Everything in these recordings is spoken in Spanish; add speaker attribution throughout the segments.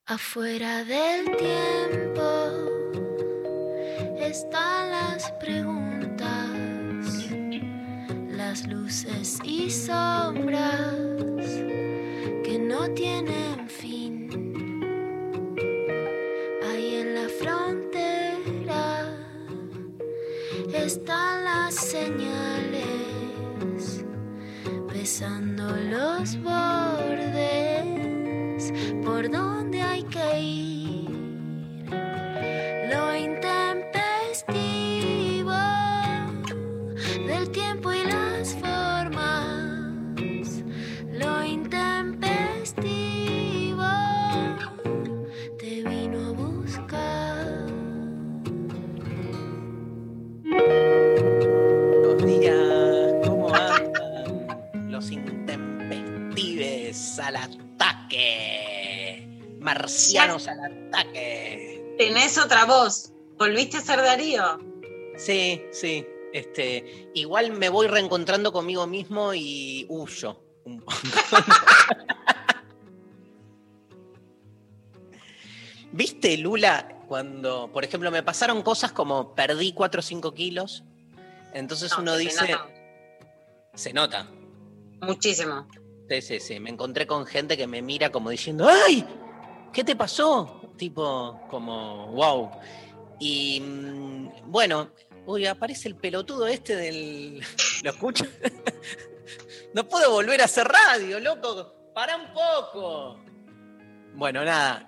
Speaker 1: Afuera del tiempo están las preguntas, las luces y sombras que no tienen fin. Ahí en la frontera están las señales, besando los bordes por donde hay que ir. Lo intempestivo del tiempo y las formas. Lo intempestivo te vino a buscar.
Speaker 2: Buenos días, ¿cómo andan los intempestives al ataque? Marcianos al ataque.
Speaker 3: Tenés otra voz. ¿Volviste a ser Darío?
Speaker 2: Sí. Igual me voy reencontrando conmigo mismo y huyo un poco. ¿Viste, Lula, cuando, por ejemplo, me pasaron cosas como perdí 4 o 5 kilos? Entonces uno dice... Se nota.
Speaker 3: Muchísimo.
Speaker 2: Sí. Me encontré con gente que me mira como diciendo, ¡ay! ¿Qué te pasó? Tipo, como, wow. Y bueno, uy, aparece el pelotudo este del... ¿Lo escucho? No puedo volver a hacer radio, loco. Pará un poco. Bueno, nada.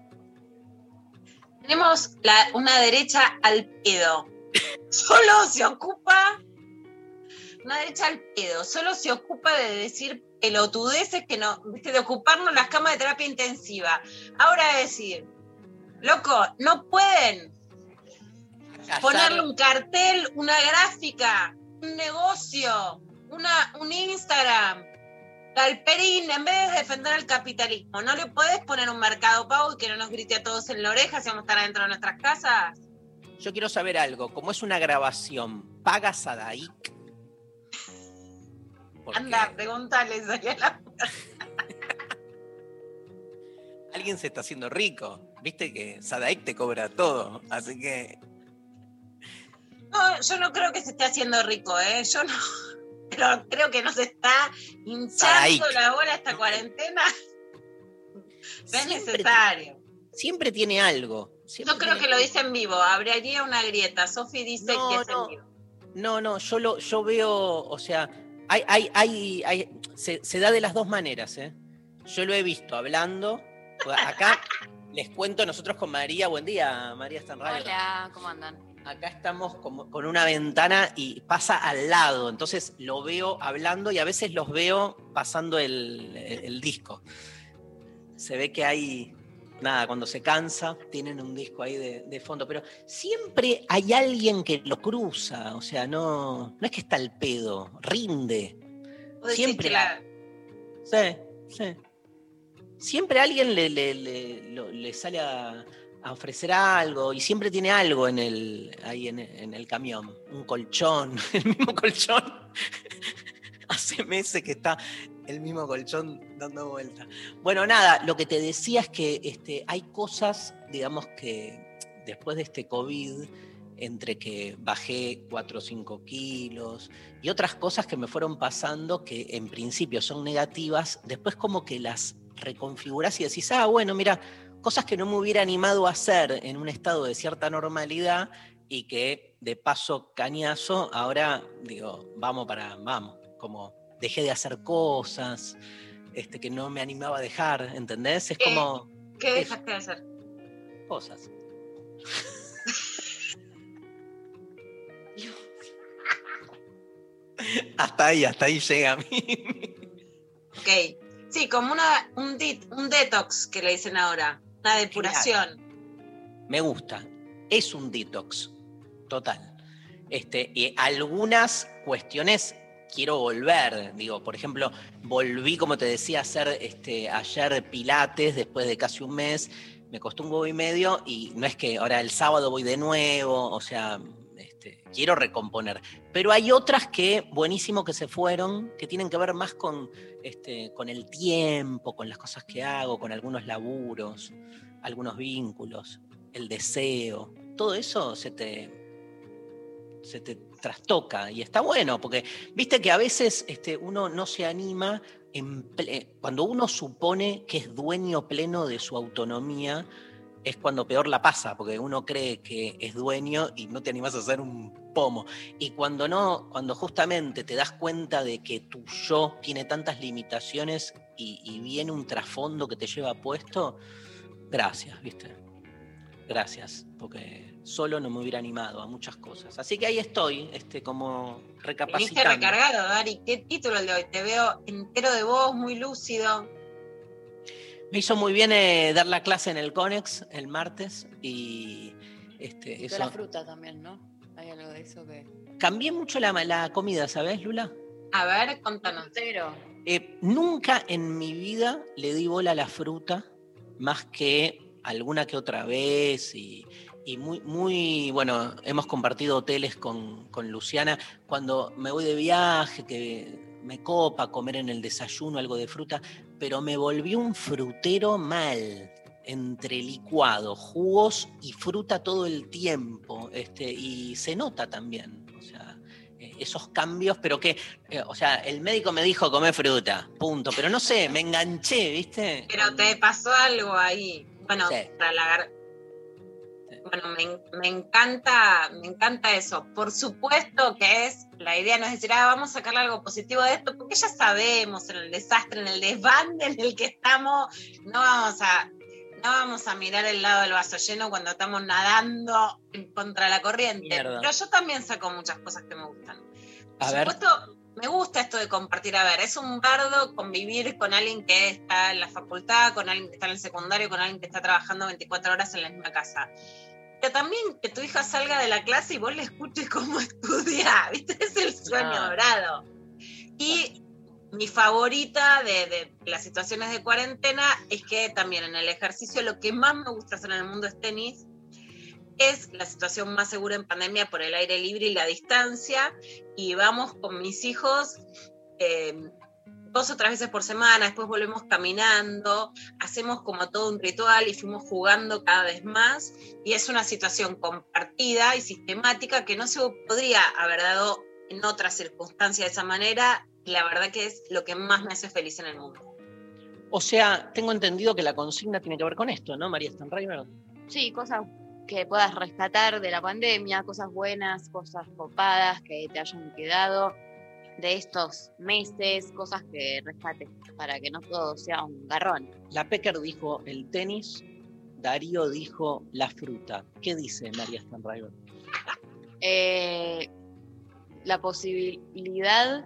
Speaker 3: Tenemos una derecha al pedo. Solo se ocupa... Una derecha al pedo. Solo se ocupa de decir pelotudeces que no... De ocuparnos las camas de terapia intensiva. Ahora decir, loco, no pueden ponerle un cartel, una gráfica, un negocio, un Instagram, Galperín, en vez de defender el capitalismo. ¿No le podés poner un Mercado Pago y que no nos grite a todos en la oreja si vamos a estar adentro de nuestras casas?
Speaker 2: Yo quiero saber algo. Como es una grabación, ¿paga Sadaic?
Speaker 3: Anda, pregúntales allá a la puerta.
Speaker 2: Alguien se está haciendo rico. Viste que Sadaic te cobra todo, así que...
Speaker 3: No, yo no creo que se esté haciendo rico, yo no. Pero creo que nos está hinchando Sadaic la bola esta cuarentena. No es necesario.
Speaker 2: Siempre tiene algo.
Speaker 3: Yo creo que lo dice en vivo. Habría una grieta. Sofi dice que es en vivo.
Speaker 2: No, yo veo, o sea, se da de las dos maneras, Yo lo he visto hablando. Acá les cuento, nosotros con María, buen día, María está en radio.
Speaker 4: Hola, ¿cómo andan?
Speaker 2: Acá estamos con una ventana y pasa al lado, entonces lo veo hablando y a veces los veo pasando el disco. Se ve que hay, nada, cuando se cansa, tienen un disco ahí de fondo, pero siempre hay alguien que lo cruza, o sea, no es que está al pedo, rinde. Siempre. Sí. Siempre alguien le sale a ofrecer algo y siempre tiene algo ahí en el camión, un colchón, el mismo colchón. Hace meses que está el mismo colchón dando vueltas. Bueno, nada, lo que te decía es que hay cosas, digamos que después de este COVID, entre que bajé 4 o 5 kilos y otras cosas que me fueron pasando que en principio son negativas, después como que las reconfigurás y decís, bueno, mira, cosas que no me hubiera animado a hacer en un estado de cierta normalidad y que de paso cañazo, ahora digo, vamos, como dejé de hacer cosas que no me animaba a dejar, ¿entendés? Es como...
Speaker 3: ¿Qué dejaste de hacer?
Speaker 2: Cosas. Hasta ahí llega a mí.
Speaker 3: Ok. Sí, como un detox que le dicen ahora, una depuración.
Speaker 2: Claro. Me gusta, es un detox, total. Y algunas cuestiones quiero volver, digo, por ejemplo, volví, como te decía, a hacer ayer pilates después de casi un mes, me costó un huevo y medio y no es que ahora el sábado voy de nuevo, o sea... quiero recomponer, pero hay otras que buenísimo que se fueron, que tienen que ver más con el tiempo, con las cosas que hago, con algunos laburos. algunos vínculos, el deseo, todo eso se te trastoca y está bueno, porque viste que a veces uno no se anima cuando uno supone que es dueño pleno de su autonomía, es cuando peor la pasa, porque uno cree que es dueño y no te animás a hacer un pomo. Y cuando no, cuando justamente te das cuenta de que tu yo tiene tantas limitaciones y viene un trasfondo que te lleva puesto, gracias, ¿viste? Gracias, porque solo no me hubiera animado a muchas cosas. Así que ahí estoy, como
Speaker 3: Viniste
Speaker 2: recapacitando.
Speaker 3: recargado, Dari. ¿Qué título el de hoy? Te veo entero de voz, muy lúcido.
Speaker 2: Me hizo muy bien dar la clase en el Conex el martes y
Speaker 4: De
Speaker 2: eso.
Speaker 4: la fruta también, ¿no? Hay algo de eso que...
Speaker 2: Cambié mucho la comida, ¿sabes, Lula?
Speaker 3: A ver, contanos.
Speaker 4: Frutero.
Speaker 2: Nunca en mi vida le di bola a la fruta, más que alguna que otra vez y muy, bueno, hemos compartido hoteles con Luciana. Cuando me voy de viaje, que me copa comer en el desayuno algo de fruta, pero me volví un frutero mal, entre licuado, jugos y fruta todo el tiempo, y se nota también, o sea, esos cambios, pero que, o sea, el médico me dijo comer fruta, punto, pero no sé, me enganché, ¿viste?
Speaker 3: Pero te pasó algo ahí. Bueno,
Speaker 2: Sí.
Speaker 3: para la Bueno, me encanta eso. Por supuesto que la idea no es decir, vamos a sacarle algo positivo de esto, porque ya sabemos en el desastre, en el desbande en el que estamos, no vamos a mirar el lado del vaso lleno cuando estamos nadando contra la corriente.
Speaker 2: Mierda.
Speaker 3: Pero yo también saco muchas cosas que me gustan. Por
Speaker 2: A ver.
Speaker 3: supuesto, me gusta esto de compartir. A ver, es un bardo convivir con alguien que está en la facultad, con alguien que está en el secundario, con alguien que está trabajando 24 horas en la misma casa. Pero también que tu hija salga de la clase y vos le escuches cómo estudia, ¿viste? Es el sueño dorado. Y mi favorita de las situaciones de cuarentena es que también en el ejercicio lo que más me gusta hacer en el mundo es tenis. Es la situación más segura en pandemia por el aire libre y la distancia. Y vamos con mis hijos 2 o 3 veces por semana, después volvemos caminando, hacemos como todo un ritual y fuimos jugando cada vez más. Y es una situación compartida y sistemática que no se podría haber dado en otra circunstancia de esa manera. Y la verdad que es lo que más me hace feliz en el mundo.
Speaker 2: O sea, tengo entendido que la consigna tiene que ver con esto, ¿no, María Stanraiver?
Speaker 4: Sí, cosas que puedas rescatar de la pandemia, cosas buenas, cosas copadas que te hayan quedado de estos meses, cosas que rescates para que no todo sea un garrón.
Speaker 2: La Pecker dijo el tenis, Darío dijo la fruta. ¿Qué dice María Stanraiver?
Speaker 4: La posibilidad...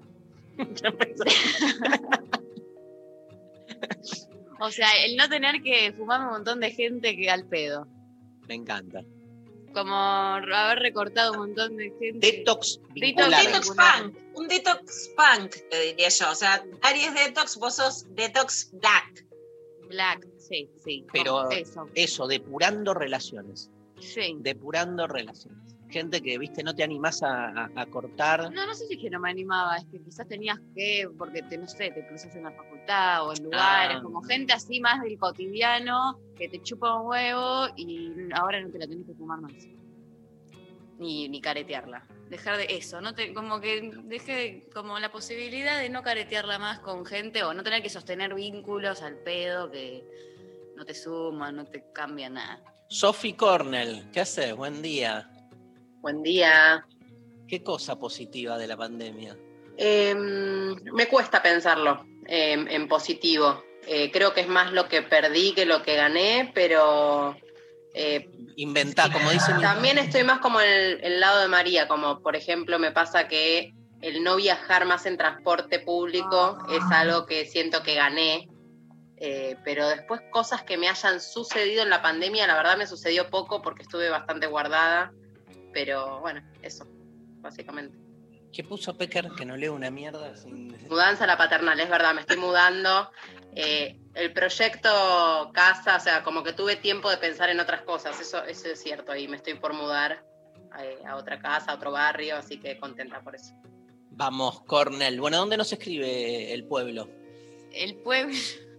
Speaker 4: O sea, el no tener que fumar un montón de gente que al pedo.
Speaker 2: Me encanta.
Speaker 4: Como haber recortado un montón de gente.
Speaker 2: Detox
Speaker 3: Un
Speaker 2: vincular.
Speaker 3: detox punk, un detox punk, te diría yo. O sea, Ari es detox, vos sos detox black.
Speaker 4: Black, sí.
Speaker 2: Pero
Speaker 4: eso.
Speaker 2: eso, depurando relaciones.
Speaker 4: Sí.
Speaker 2: Depurando relaciones. Gente que, viste, no te animás a cortar.
Speaker 4: No sé si es que no me animaba, es que quizás tenías que, porque no sé, te cruzas en la facultad o en lugares, como gente así más del cotidiano, que te chupa un huevo y ahora no te la tenés que fumar más. Ni caretearla. Dejar de eso, como que deje como la posibilidad de no caretearla más con gente o no tener que sostener vínculos al pedo que no te suman, no te cambian nada.
Speaker 2: Sophie Cornell, ¿qué haces? Buen día.
Speaker 5: Buen día.
Speaker 2: ¿Qué cosa positiva de la pandemia?
Speaker 5: Me cuesta pensarlo en positivo. Creo que es más lo que perdí que lo que gané, pero...
Speaker 2: Inventá, como dice mi...
Speaker 5: También estoy más como el lado de María, como por ejemplo me pasa que el no viajar más en transporte público es algo que siento que gané, pero después cosas que me hayan sucedido en la pandemia, la verdad me sucedió poco porque estuve bastante guardada. Pero bueno, eso, básicamente.
Speaker 2: ¿Qué puso Pecker? Que no leo una mierda.
Speaker 5: Mudanza a la paternal, es verdad, me estoy mudando. El proyecto casa, o sea, como que tuve tiempo de pensar en otras cosas, eso es cierto, y me estoy por mudar a otra casa, a otro barrio, así que contenta por eso.
Speaker 2: Vamos, Cornell. Bueno, ¿dónde nos escribe el pueblo?
Speaker 4: El pueblo...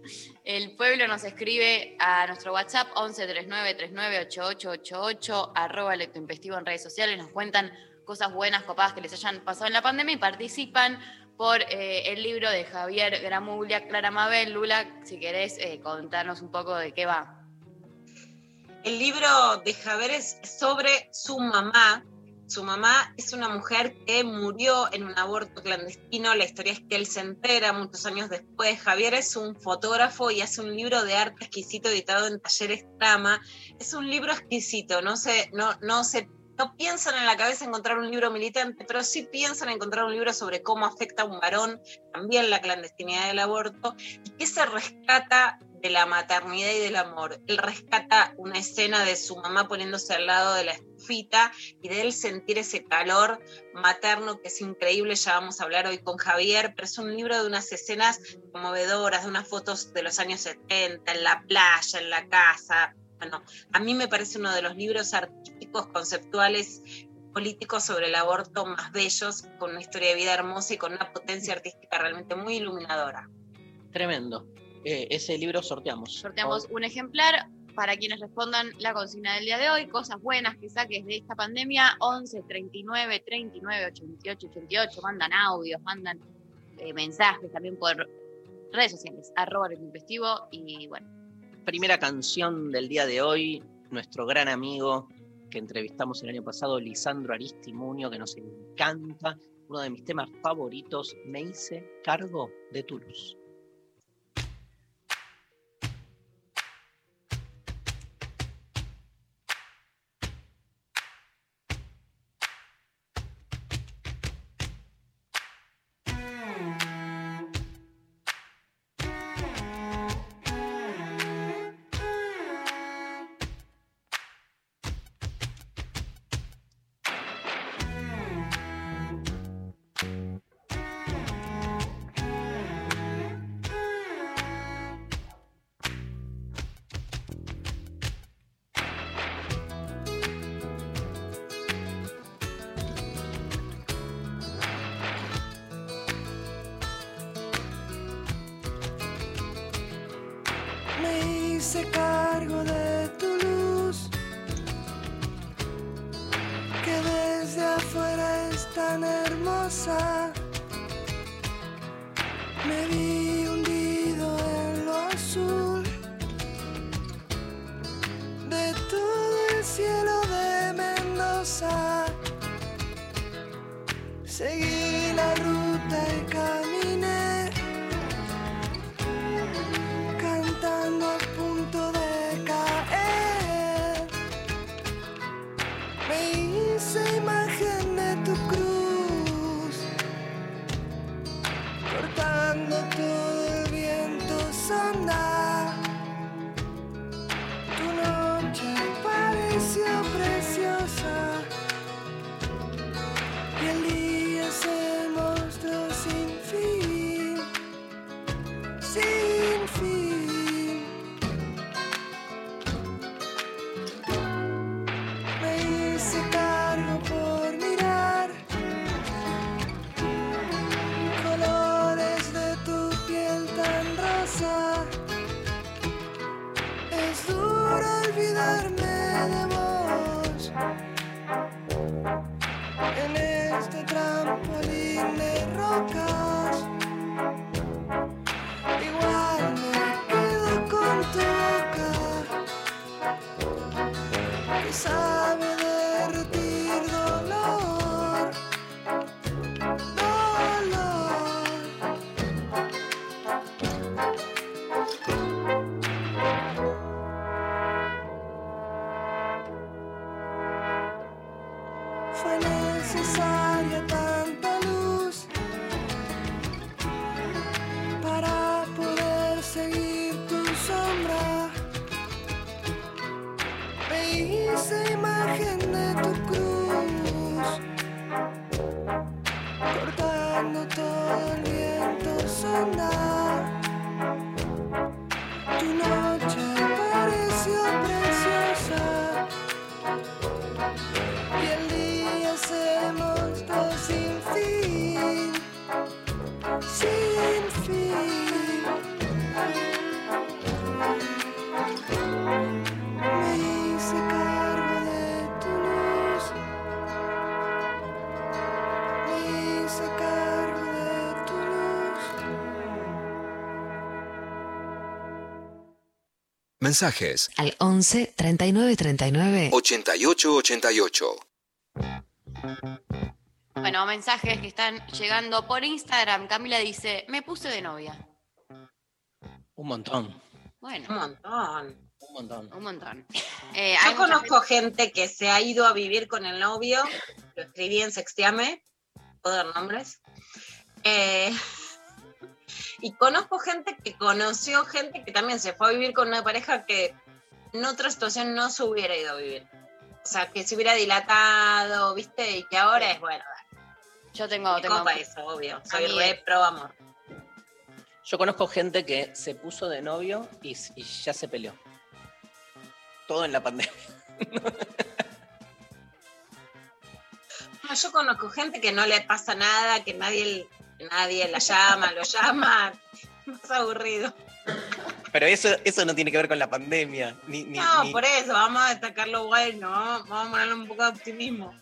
Speaker 4: El pueblo nos escribe a nuestro WhatsApp 11 39 39 8888 @lectoinvestivo en redes sociales. Nos cuentan cosas buenas, copadas que les hayan pasado en la pandemia y participan por el libro de Javier Gramuglia. Clara Mabel, Lula, si querés contarnos un poco de qué va.
Speaker 3: El libro de Javier es sobre su mamá. Su mamá es una mujer que murió en un aborto clandestino. La historia es que él se entera muchos años después. Javier es un fotógrafo y hace un libro de arte exquisito editado en Talleres Trama. Es un libro exquisito. No piensan en la cabeza encontrar un libro militante, pero sí piensan en encontrar un libro sobre cómo afecta a un varón también la clandestinidad del aborto y qué se rescata de la maternidad y del amor. Él rescata una escena de su mamá poniéndose al lado de la estufita y de él sentir ese calor materno que es increíble. Ya vamos a hablar hoy con Javier, pero es un libro de unas escenas conmovedoras, de unas fotos de los años 70, en la playa, en la casa. Bueno, a mí me parece uno de los libros artísticos, conceptuales, políticos sobre el aborto más bellos, con una historia de vida hermosa y con una potencia artística realmente muy iluminadora.
Speaker 2: Tremendo. Ese libro sorteamos.
Speaker 4: Sorteamos un ejemplar para quienes respondan la consigna del día de hoy. Cosas buenas que saques de esta pandemia. 11 39 39 88 88. Mandan audios, mandan mensajes también por redes sociales. @lectoinvestivo y bueno.
Speaker 2: Primera canción del día de hoy, nuestro gran amigo que entrevistamos el año pasado, Lisandro Aristimuño, que nos encanta, uno de mis temas favoritos, Me hice cargo de tu luz.
Speaker 6: Me hice cargo de tu luz, que desde afuera es tan hermosa. Me vi hundido en lo azul de todo el cielo de Mendoza. Seguí la ruta y caminé, cantando a punto de caer. Me hice imagen de tu cruz, cortando todo el viento sonda. Tu noche pareció preciosa y el día se mostró sin fin, sin fin. Me hice cargo por mirar colores de tu piel tan rosa. Es duro olvidarme de vos en este trampolín de rocas. Igual me quedo con tu boca, que sabe derretir dolor, dolor. Fue necesaria tanta luz para poder seguir tu sombra. Me hice imagen de tu cruz, cortando todo el viento sonda. Tu noche pareció preciosa y el día se mostró sin fin, sin fin.
Speaker 7: Mensajes
Speaker 8: Al 11 39 39.
Speaker 7: 88 88.
Speaker 4: Bueno, mensajes que están llegando por Instagram. Camila dice, me puse de novia.
Speaker 2: Un montón,
Speaker 4: Bueno,
Speaker 3: Un montón.
Speaker 2: un montón.
Speaker 4: un montón.
Speaker 3: Yo
Speaker 4: Hay mucha
Speaker 3: conozco gente que se ha ido a vivir con el novio, lo escribí en Sextiame, puedo dar nombres. Y conozco gente que conoció gente que también se fue a vivir con una pareja que en otra situación no se hubiera ido a vivir. O sea, que se hubiera dilatado, ¿viste? Y que ahora es, bueno,
Speaker 4: Yo tengo
Speaker 3: me copa eso, obvio. Soy
Speaker 4: Amiga.
Speaker 3: re pro amor.
Speaker 2: Yo conozco gente que se puso de novio y ya se peleó. Todo en la pandemia.
Speaker 3: No, yo conozco gente que no le pasa nada, que nadie la llama, lo llama. Más aburrido.
Speaker 2: Pero eso no tiene que ver con la pandemia.
Speaker 3: No, por eso, vamos a destacar lo bueno, vamos a ponerle un poco de optimismo.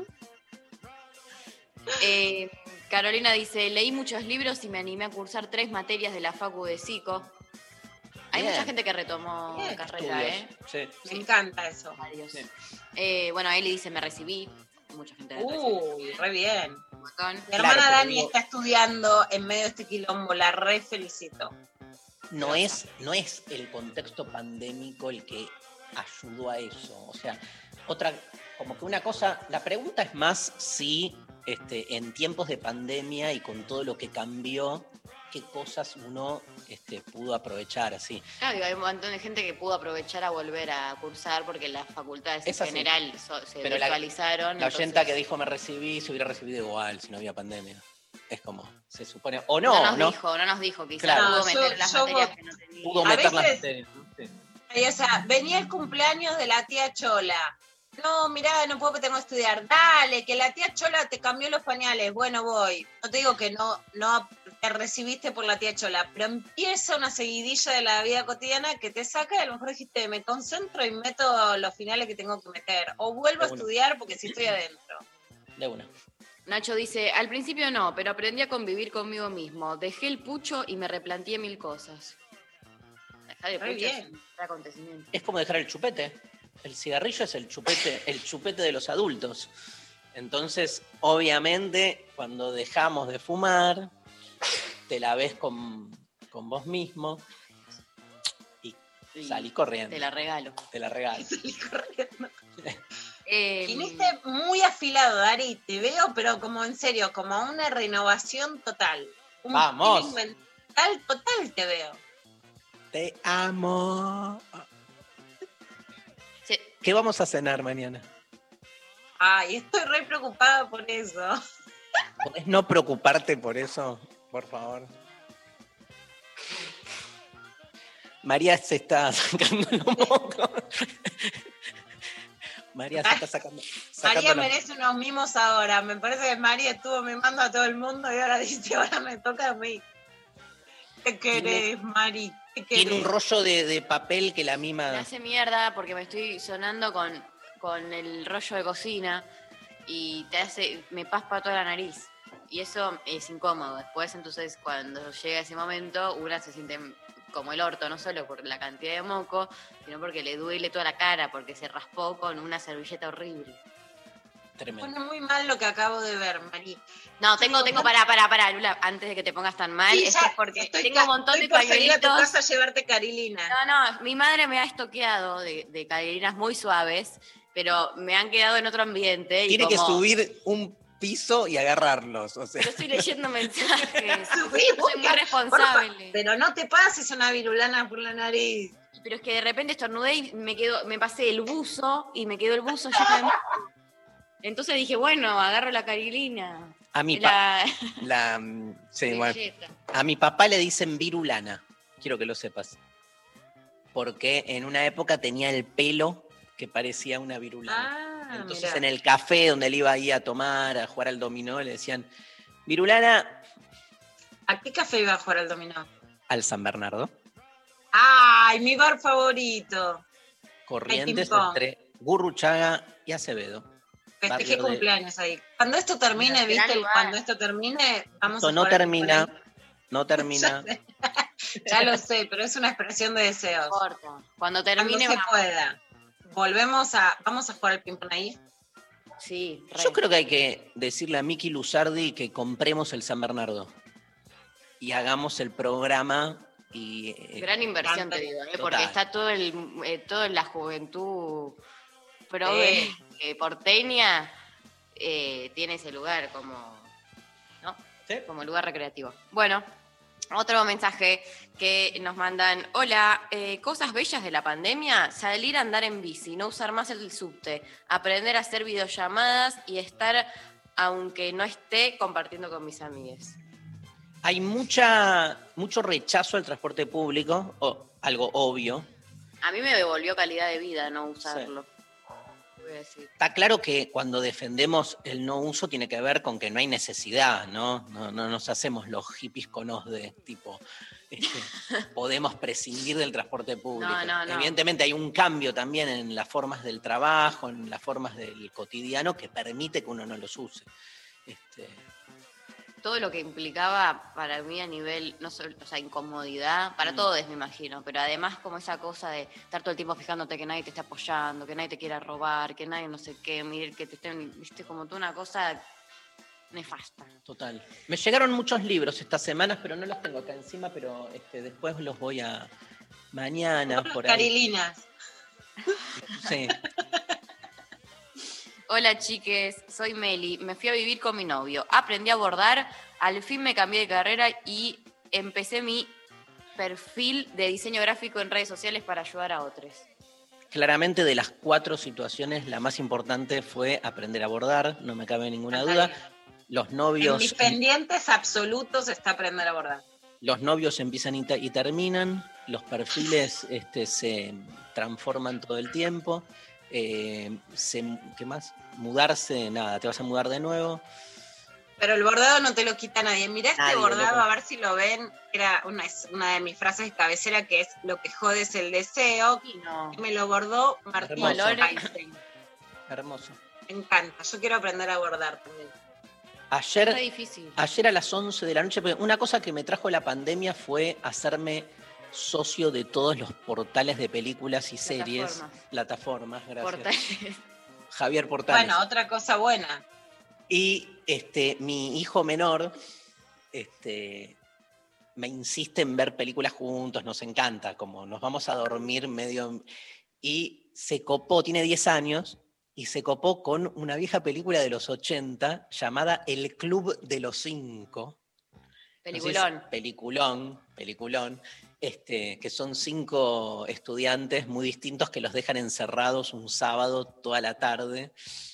Speaker 4: Carolina dice, leí muchos libros y me animé a cursar 3 materias de la Facu de Psico. Hay
Speaker 2: Bien.
Speaker 4: mucha gente que retomó
Speaker 3: Bien,
Speaker 4: carrera, ¿eh?
Speaker 2: Estudios. Sí.
Speaker 3: Me encanta eso.
Speaker 4: Varios.
Speaker 2: Sí.
Speaker 4: Bueno, Eli dice, me recibí. Mucha gente de
Speaker 3: Uy, re bien.
Speaker 4: un montón.
Speaker 3: Mi
Speaker 2: Claro,
Speaker 3: hermana
Speaker 2: pero
Speaker 3: Dani
Speaker 2: digo-
Speaker 3: está estudiando en medio de este quilombo, la re felicito.
Speaker 2: No es el contexto pandémico el que ayudó a eso. O sea, como que una cosa, la pregunta es más si en tiempos de pandemia y con todo lo que cambió, qué cosas uno pudo aprovechar así.
Speaker 4: Claro, digo, hay un montón de gente que pudo aprovechar a volver a cursar porque las facultades
Speaker 2: Es
Speaker 4: en
Speaker 2: así.
Speaker 4: general se
Speaker 2: Pero la
Speaker 4: virtualizaron.
Speaker 2: La oyenta
Speaker 4: entonces-
Speaker 2: que dijo me recibí, se hubiera recibido igual si no había pandemia. Es como, se supone. O no,
Speaker 4: no
Speaker 2: ¿no?
Speaker 4: nos dijo, quizás
Speaker 2: Claro.
Speaker 4: pudo
Speaker 3: No,
Speaker 4: meter las
Speaker 3: yo
Speaker 4: materias
Speaker 3: voy-
Speaker 4: que no tenía.
Speaker 2: Pudo
Speaker 3: A
Speaker 2: meter las
Speaker 3: veces-
Speaker 2: materias. Sí.
Speaker 3: Y, o sea, venía el cumpleaños de la tía Chola. No, mirá, no puedo que tengo que estudiar. Dale, que la tía Chola te cambió los pañales. Bueno, voy. No te digo que no te recibiste por la tía Chola, pero empieza una seguidilla de la vida cotidiana que te saca y a lo mejor dijiste, me concentro y meto los finales que tengo que meter. O vuelvo a
Speaker 2: De una.
Speaker 3: estudiar porque sí estoy adentro.
Speaker 2: De una.
Speaker 4: Nacho dice, al principio no, pero aprendí a convivir conmigo mismo. Dejé el pucho y me replanteé 1000 cosas. Dejar el
Speaker 3: Re
Speaker 4: pucho es
Speaker 3: bien.
Speaker 4: un acontecimiento.
Speaker 2: Es como dejar el chupete. El cigarrillo es el chupete de los adultos. Entonces, obviamente, cuando dejamos de fumar, te la ves con vos mismo y
Speaker 4: Y
Speaker 2: salís corriendo.
Speaker 4: Te la regalo.
Speaker 2: Te la regalo.
Speaker 3: Salí corriendo.
Speaker 4: Eh,
Speaker 3: Viniste muy afilado, Dari, te veo, pero como en serio, como una renovación total. Un
Speaker 2: Vamos.
Speaker 3: feeling mental total te veo.
Speaker 2: Te amo.
Speaker 4: sí,
Speaker 2: ¿Qué vamos a cenar mañana?
Speaker 3: Ay, estoy re preocupada por eso.
Speaker 2: ¿Podés no preocuparte por eso, por favor? María se está sacando los mocos. María se está sacando
Speaker 3: María
Speaker 2: los-
Speaker 3: merece unos mimos ahora. Me parece que María estuvo mimando a todo el mundo y ahora dice, ahora me toca a mí. ¿Qué querés, Mari? ¿Qué
Speaker 2: Tiene un
Speaker 3: querés?
Speaker 2: rollo de papel que la
Speaker 4: me
Speaker 2: mima.
Speaker 4: hace mierda porque me estoy sonando con el rollo de cocina y me paspa toda la nariz. Y eso es incómodo. Después, entonces, cuando llega ese momento, una se siente como el orto, no solo por la cantidad de moco, sino porque le duele toda la cara, porque se raspó con una servilleta horrible.
Speaker 3: Me
Speaker 2: Tremendo.
Speaker 3: pone muy mal lo que acabo de ver, Mari.
Speaker 4: No, tengo,
Speaker 3: digo,
Speaker 4: pará, Lula, antes de que te pongas tan mal,
Speaker 3: Sí,
Speaker 4: esto
Speaker 3: ya,
Speaker 4: es porque
Speaker 3: estoy
Speaker 4: tengo un montón de
Speaker 3: estoy por salir a tu
Speaker 4: pañuelitos.
Speaker 3: casa a llevarte carilina.
Speaker 4: No, mi madre me ha estoqueado de caderinas muy suaves, pero me han quedado en otro ambiente. Y
Speaker 2: Tiene que
Speaker 4: como-
Speaker 2: subir un piso y agarrarlos. O sea,
Speaker 4: Yo estoy leyendo mensajes.
Speaker 3: Subí,
Speaker 4: Soy muy
Speaker 3: busca,
Speaker 4: responsable.
Speaker 3: Pero no te pases una virulana por la nariz.
Speaker 4: Pero es que de repente estornudé y me pasé el buzo y me quedó el buzo lleno de moco. Entonces dije, bueno, agarro la carilina.
Speaker 2: a mi
Speaker 4: La
Speaker 2: sí, bueno.
Speaker 4: galleta.
Speaker 2: A mi papá le dicen virulana. Quiero que lo sepas. Porque en una época tenía el pelo que parecía una virulana. Entonces
Speaker 3: mirá.
Speaker 2: en el café donde él iba ahí a tomar, a jugar al dominó, le decían, virulana
Speaker 3: ¿A qué café iba a jugar al dominó?
Speaker 2: al San Bernardo.
Speaker 3: ¡Ay, mi bar favorito!
Speaker 2: Corrientes
Speaker 3: ping-pong.
Speaker 2: entre Gurruchaga y Acevedo.
Speaker 3: Festejé
Speaker 2: Barrio de-
Speaker 3: cumpleaños ahí. Cuando esto termine,
Speaker 4: Gran
Speaker 3: ¿viste?
Speaker 4: lugar.
Speaker 3: Cuando esto termine, vamos
Speaker 2: Esto
Speaker 3: a
Speaker 2: no
Speaker 3: jugar al
Speaker 2: termina,
Speaker 3: cumpleaños.
Speaker 2: no termina.
Speaker 3: Ya lo sé, pero es una expresión de deseos.
Speaker 4: Corta. Cuando
Speaker 3: Cuando
Speaker 4: termine,
Speaker 3: se pueda. Vamos a jugar al ping-pong ahí.
Speaker 4: sí, re.
Speaker 2: Yo creo que hay que decirle a Miki Luzardi que compremos el San Bernardo y hagamos el programa y
Speaker 4: Gran inversión, te digo, porque
Speaker 2: Total.
Speaker 4: está todo en la juventud pro
Speaker 3: Sí.
Speaker 4: porteña, tiene ese lugar como, ¿no?
Speaker 2: ¿Sí?
Speaker 4: Como lugar recreativo. Bueno, otro mensaje que nos mandan. Hola, cosas bellas de la pandemia, salir a andar en bici, no usar más el subte, aprender a hacer videollamadas y estar, aunque no esté, compartiendo con mis amigues.
Speaker 2: Hay mucho rechazo al transporte público, o algo obvio.
Speaker 4: A mí me devolvió calidad de vida no usarlo. Voy a decir.
Speaker 2: Está claro que cuando defendemos el no uso tiene que ver con que no hay necesidad, ¿no? No nos hacemos los hippies con de tipo, podemos prescindir del transporte público.
Speaker 4: No.
Speaker 2: Evidentemente hay un cambio también en las formas del trabajo, en las formas del cotidiano que permite que uno no los use.
Speaker 4: Todo lo que implicaba para mí a nivel, no solo, o sea, incomodidad, para todos me imagino, pero además como esa cosa de estar todo el tiempo fijándote que nadie te esté apoyando, que nadie te quiera robar, que nadie no sé qué, mire, que te estén, viste, como tú una cosa nefasta.
Speaker 2: Total. Me llegaron muchos libros estas semanas, pero no los tengo acá encima, pero después los voy a mañana
Speaker 3: Todos
Speaker 2: por
Speaker 3: los
Speaker 2: ahí.
Speaker 3: Carilinas.
Speaker 2: Sí.
Speaker 4: Hola chiques, soy Meli, me fui a vivir con mi novio, aprendí a bordar, al fin me cambié de carrera y empecé mi perfil de diseño gráfico en redes sociales para ayudar a otros.
Speaker 2: Claramente de las 4 situaciones, la más importante fue aprender a bordar, no me cabe ninguna
Speaker 3: Está
Speaker 2: duda.
Speaker 3: bien.
Speaker 2: Los
Speaker 3: En
Speaker 2: novios,
Speaker 3: mis pendientes absolutos está aprender a bordar.
Speaker 2: los novios empiezan y terminan, los perfiles se transforman todo el tiempo. ¿Qué más? Mudarse, nada, te vas a mudar de nuevo.
Speaker 3: Pero el bordado no te lo quita nadie. Mirá este
Speaker 2: Nadie,
Speaker 3: bordado,
Speaker 2: loco.
Speaker 3: a ver si lo ven. Es una de mis frases de cabecera, que es: lo que jode es el deseo.
Speaker 4: Y no.
Speaker 3: Me lo bordó Martín
Speaker 2: Hermoso.
Speaker 3: Einstein.
Speaker 2: Hermoso.
Speaker 3: Me encanta. Yo quiero aprender a bordar también.
Speaker 4: Es re
Speaker 2: Ayer
Speaker 4: difícil.
Speaker 2: a las 11 de la noche, porque una cosa que me trajo la pandemia fue hacerme socio de todos los portales de películas y series. Plataformas, gracias.
Speaker 4: Portales.
Speaker 2: Javier Portales.
Speaker 3: Bueno, otra cosa buena.
Speaker 2: Y mi hijo menor me insiste en ver películas juntos, nos encanta, como nos vamos a dormir medio. Y se copó, tiene 10 años, y se copó con una vieja película de los 80 llamada El Club de los Cinco.
Speaker 4: Peliculón.
Speaker 2: Entonces, peliculón. Que son 5 estudiantes muy distintos que los dejan encerrados un sábado toda la tarde.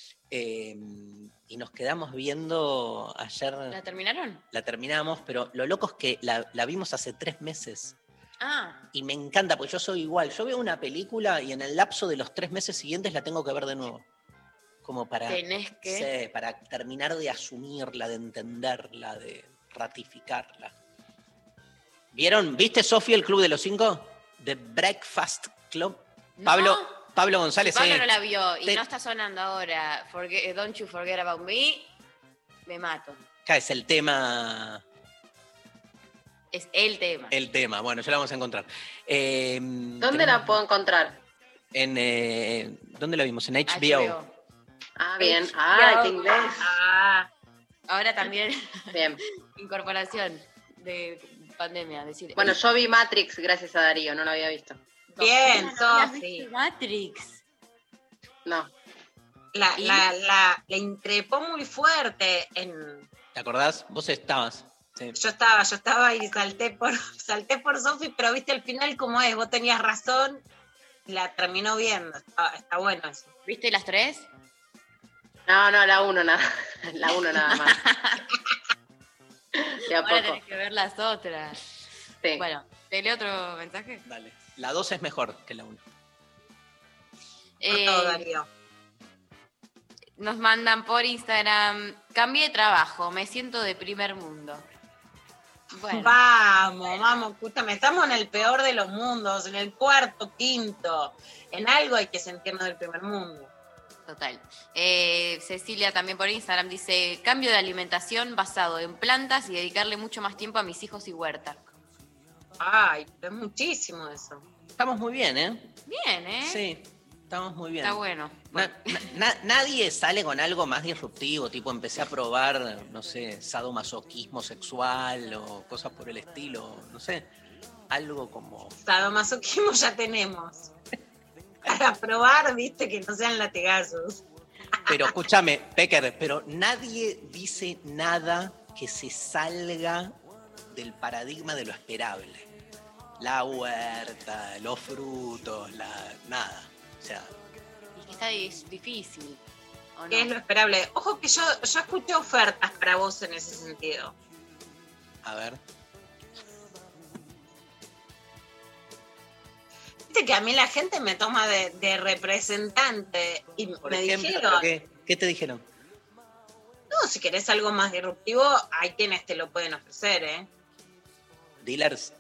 Speaker 2: Y nos quedamos viendo ayer.
Speaker 4: ¿La terminaron?
Speaker 2: La terminamos, pero lo loco es que la vimos hace 3 meses.
Speaker 4: Ah,
Speaker 2: Y me encanta, porque yo soy igual. Yo veo una película y en el lapso de los 3 meses siguientes la tengo que ver de nuevo. Como para,
Speaker 4: tenés que...
Speaker 2: sí, para terminar de asumirla, de entenderla, de ratificarla. ¿Viste, Sofía, el Club de los 5? The Breakfast Club.
Speaker 4: No.
Speaker 2: Pablo González.
Speaker 4: Pablo
Speaker 2: sí.
Speaker 4: no la vio y
Speaker 2: Te-
Speaker 4: no está sonando ahora Don't You Forget About Me, me mato.
Speaker 2: Acá es el tema.
Speaker 4: Es el tema.
Speaker 2: Bueno, ya la vamos a encontrar.
Speaker 5: ¿Dónde la puedo encontrar?
Speaker 2: ¿Dónde la vimos? En HBO.
Speaker 5: Ah, bien.
Speaker 4: HBO.
Speaker 5: Ah, este inglés.
Speaker 3: Ah,
Speaker 4: Ahora también
Speaker 5: Bien.
Speaker 4: incorporación de pandemia. Decir,
Speaker 5: Bueno, yo vi Matrix gracias a Darío, no lo había visto.
Speaker 3: bien,
Speaker 4: ¿no la
Speaker 3: Sofi.
Speaker 4: viste, Matrix.
Speaker 5: No.
Speaker 3: La increpó muy fuerte en...
Speaker 2: ¿Te acordás? Vos estabas. Sí.
Speaker 3: Yo estaba y salté por Sofi, pero viste el final como es. Vos tenías razón, la terminó viendo. Está bueno eso.
Speaker 4: ¿Viste las 3?
Speaker 5: No, la 1 nada. La 1 nada más. De a
Speaker 4: Ahora
Speaker 5: poco.
Speaker 4: tenés que ver las otras.
Speaker 5: Sí.
Speaker 4: Bueno, ¿te leo otro mensaje?
Speaker 2: Dale. La 2 es mejor que la 1.
Speaker 3: Por todo, Darío.
Speaker 4: Nos mandan por Instagram, cambié de trabajo, me siento de primer mundo. Bueno,
Speaker 3: Vamos, escúchame, estamos en el peor de los mundos, en el cuarto, quinto. En algo hay que sentirnos del primer mundo.
Speaker 4: total. Cecilia también por Instagram dice, cambio de alimentación basado en plantas y dedicarle mucho más tiempo a mis hijos y huerta.
Speaker 3: Ay, pero es muchísimo eso.
Speaker 2: Estamos muy bien, ¿eh?
Speaker 4: Bien, ¿eh?
Speaker 2: Sí, estamos muy bien.
Speaker 4: Está bueno.
Speaker 2: Nadie sale con algo más disruptivo, tipo empecé a probar, no sé, sadomasoquismo sexual o cosas por el estilo, no sé, algo como...
Speaker 3: Sadomasoquismo ya tenemos. Para probar, viste, que no sean latigazos.
Speaker 2: Pero escúchame, Pecker, pero nadie dice nada que se salga del paradigma de lo esperable. La huerta, los frutos, nada. O sea,
Speaker 4: Y que está difícil. ¿O no?
Speaker 3: ¿Qué es lo esperable? Ojo que yo escuché ofertas para vos en ese sentido.
Speaker 2: a ver.
Speaker 3: Viste que a mí la gente me toma de representante y
Speaker 2: Por
Speaker 3: me
Speaker 2: ejemplo,
Speaker 3: dijeron,
Speaker 2: ¿qué te dijeron?
Speaker 3: no, si querés algo más disruptivo, hay quienes te lo pueden ofrecer, ¿eh?
Speaker 2: Dealers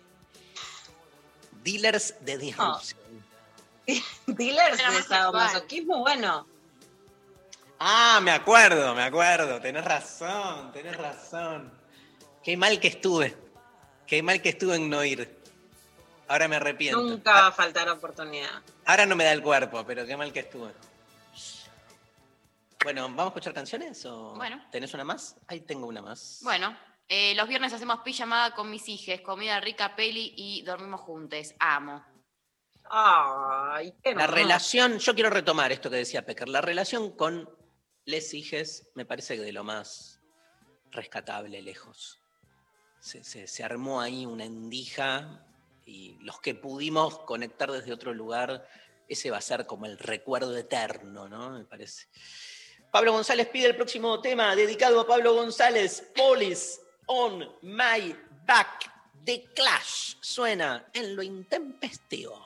Speaker 2: de disrupción.
Speaker 3: Dealers
Speaker 4: Era
Speaker 3: de
Speaker 4: más
Speaker 3: sadomasoquismo, bueno.
Speaker 2: Ah, me acuerdo. Tenés razón. Qué mal que estuve en no ir. Ahora me arrepiento.
Speaker 3: Nunca va a faltar oportunidad.
Speaker 2: Ahora no me da el cuerpo, pero qué mal que estuve. Bueno, ¿vamos a escuchar canciones o
Speaker 4: Bueno.
Speaker 2: tenés una más? Ahí tengo una más.
Speaker 4: Bueno, los viernes hacemos pijamada con mis hijes, comida rica, peli y dormimos juntos. Amo.
Speaker 3: Ay, qué
Speaker 2: La
Speaker 3: hermoso.
Speaker 2: relación, yo quiero retomar esto que decía Pecker, la relación con les hijes me parece que de lo más rescatable lejos. Se armó ahí una endija y los que pudimos conectar desde otro lugar, ese va a ser como el recuerdo eterno, ¿no? Me parece. Pablo González pide el próximo tema dedicado a Pablo González, Police on My Back, The Clash. Suena en lo intempestivo.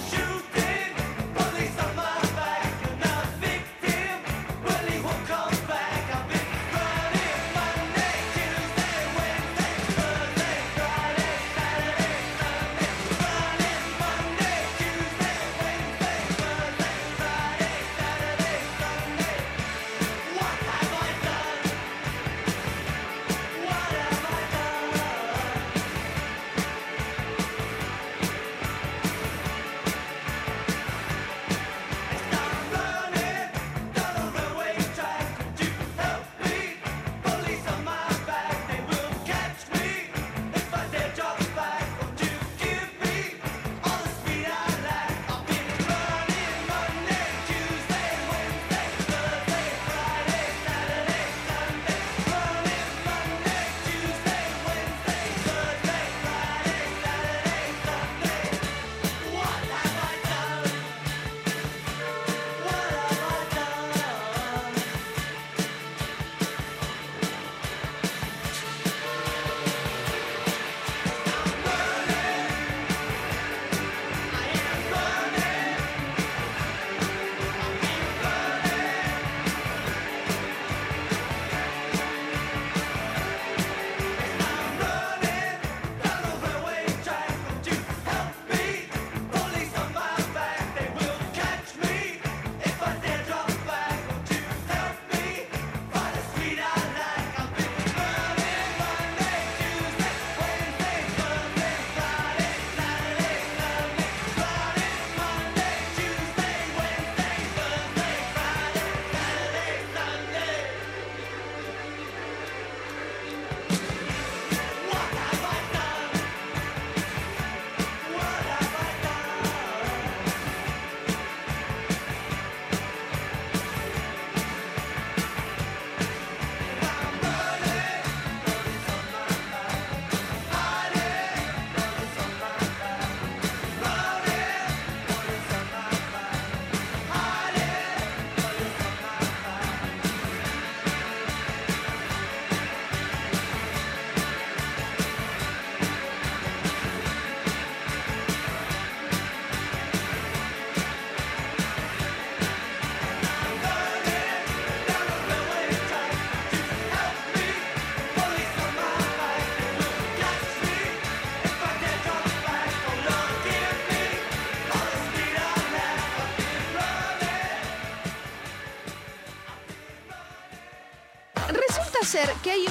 Speaker 6: Come back.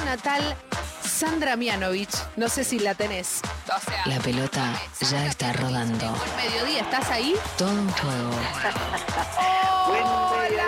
Speaker 9: natal, Sandra Mianovich. No sé si la tenés. O sea,
Speaker 8: La pelota ya está rodando.
Speaker 9: buen mediodía, ¿estás ahí?
Speaker 8: Todo un juego.
Speaker 9: ¡Hola!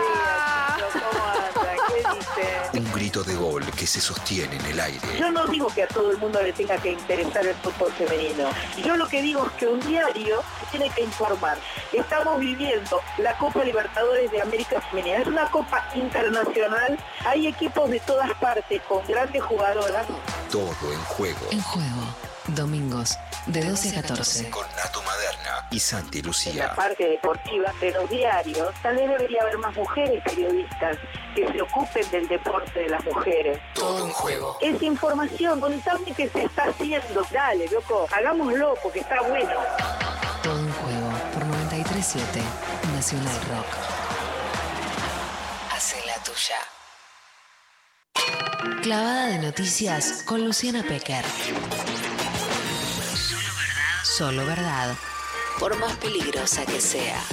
Speaker 10: ¿Qué dice?
Speaker 7: Un grito de gol que se sostiene en el aire.
Speaker 10: Yo no digo que a todo el mundo le tenga que interesar el fútbol femenino. Yo lo que digo es que un diario tiene que informar. Estamos viviendo la Copa Libertadores de América Femenina. Es una copa internacional. Hay equipos de todas partes con grandes jugadoras.
Speaker 7: Todo en juego.
Speaker 8: En juego. Domingos, de 12 a 14.
Speaker 7: Con Nato Maderna y Santi
Speaker 10: En la
Speaker 7: Lucía.
Speaker 10: parte deportiva de los diarios, tal vez debería haber más mujeres periodistas que se ocupen del deporte de las mujeres.
Speaker 7: Todo en juego.
Speaker 10: Es información, contame qué se está haciendo. Dale, loco, hagámoslo porque está bueno.
Speaker 8: Todo en juego por 93.7 Nacional Rock. Hace la tuya. Clavada de noticias con Luciana Pecker. Solo verdad, por más peligrosa que sea.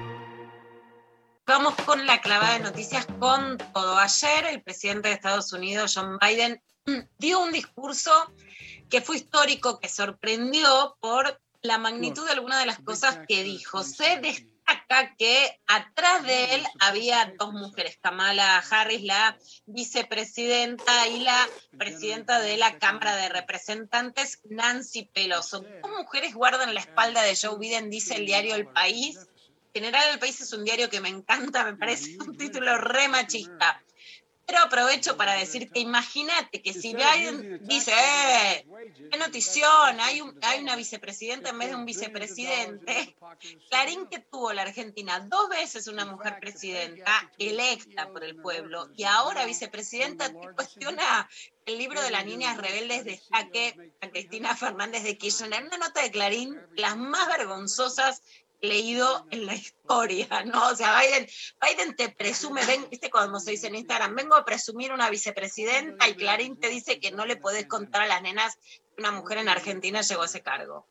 Speaker 3: Vamos con la clavada de noticias con todo. Ayer el presidente de Estados Unidos, John Biden, dio un discurso que fue histórico, que sorprendió por la magnitud de algunas de las cosas que dijo. Se destaca que atrás de él había dos mujeres, Kamala Harris, la vicepresidenta, y la presidenta de la Cámara de Representantes, Nancy Pelosi. Dos mujeres guardan la espalda de Joe Biden, dice el diario El País. En general, El País es un diario que me encanta, me parece un título re machista. Pero aprovecho para decir que imagínate que si Biden dice, qué notición, hay una vicepresidenta en vez de un vicepresidente. Clarín, que tuvo la Argentina 2 veces una mujer presidenta electa por el pueblo y ahora vicepresidenta, te cuestiona el libro de las niñas rebeldes de Jaque a Cristina Fernández de Kirchner. En una nota de Clarín, las más vergonzosas leído en la historia, ¿no? O sea, Biden te presume, ¿viste cuando se dice en Instagram? Vengo a presumir una vicepresidenta, y Clarín te dice que no le podés contar a las nenas que una mujer en Argentina llegó a ese cargo.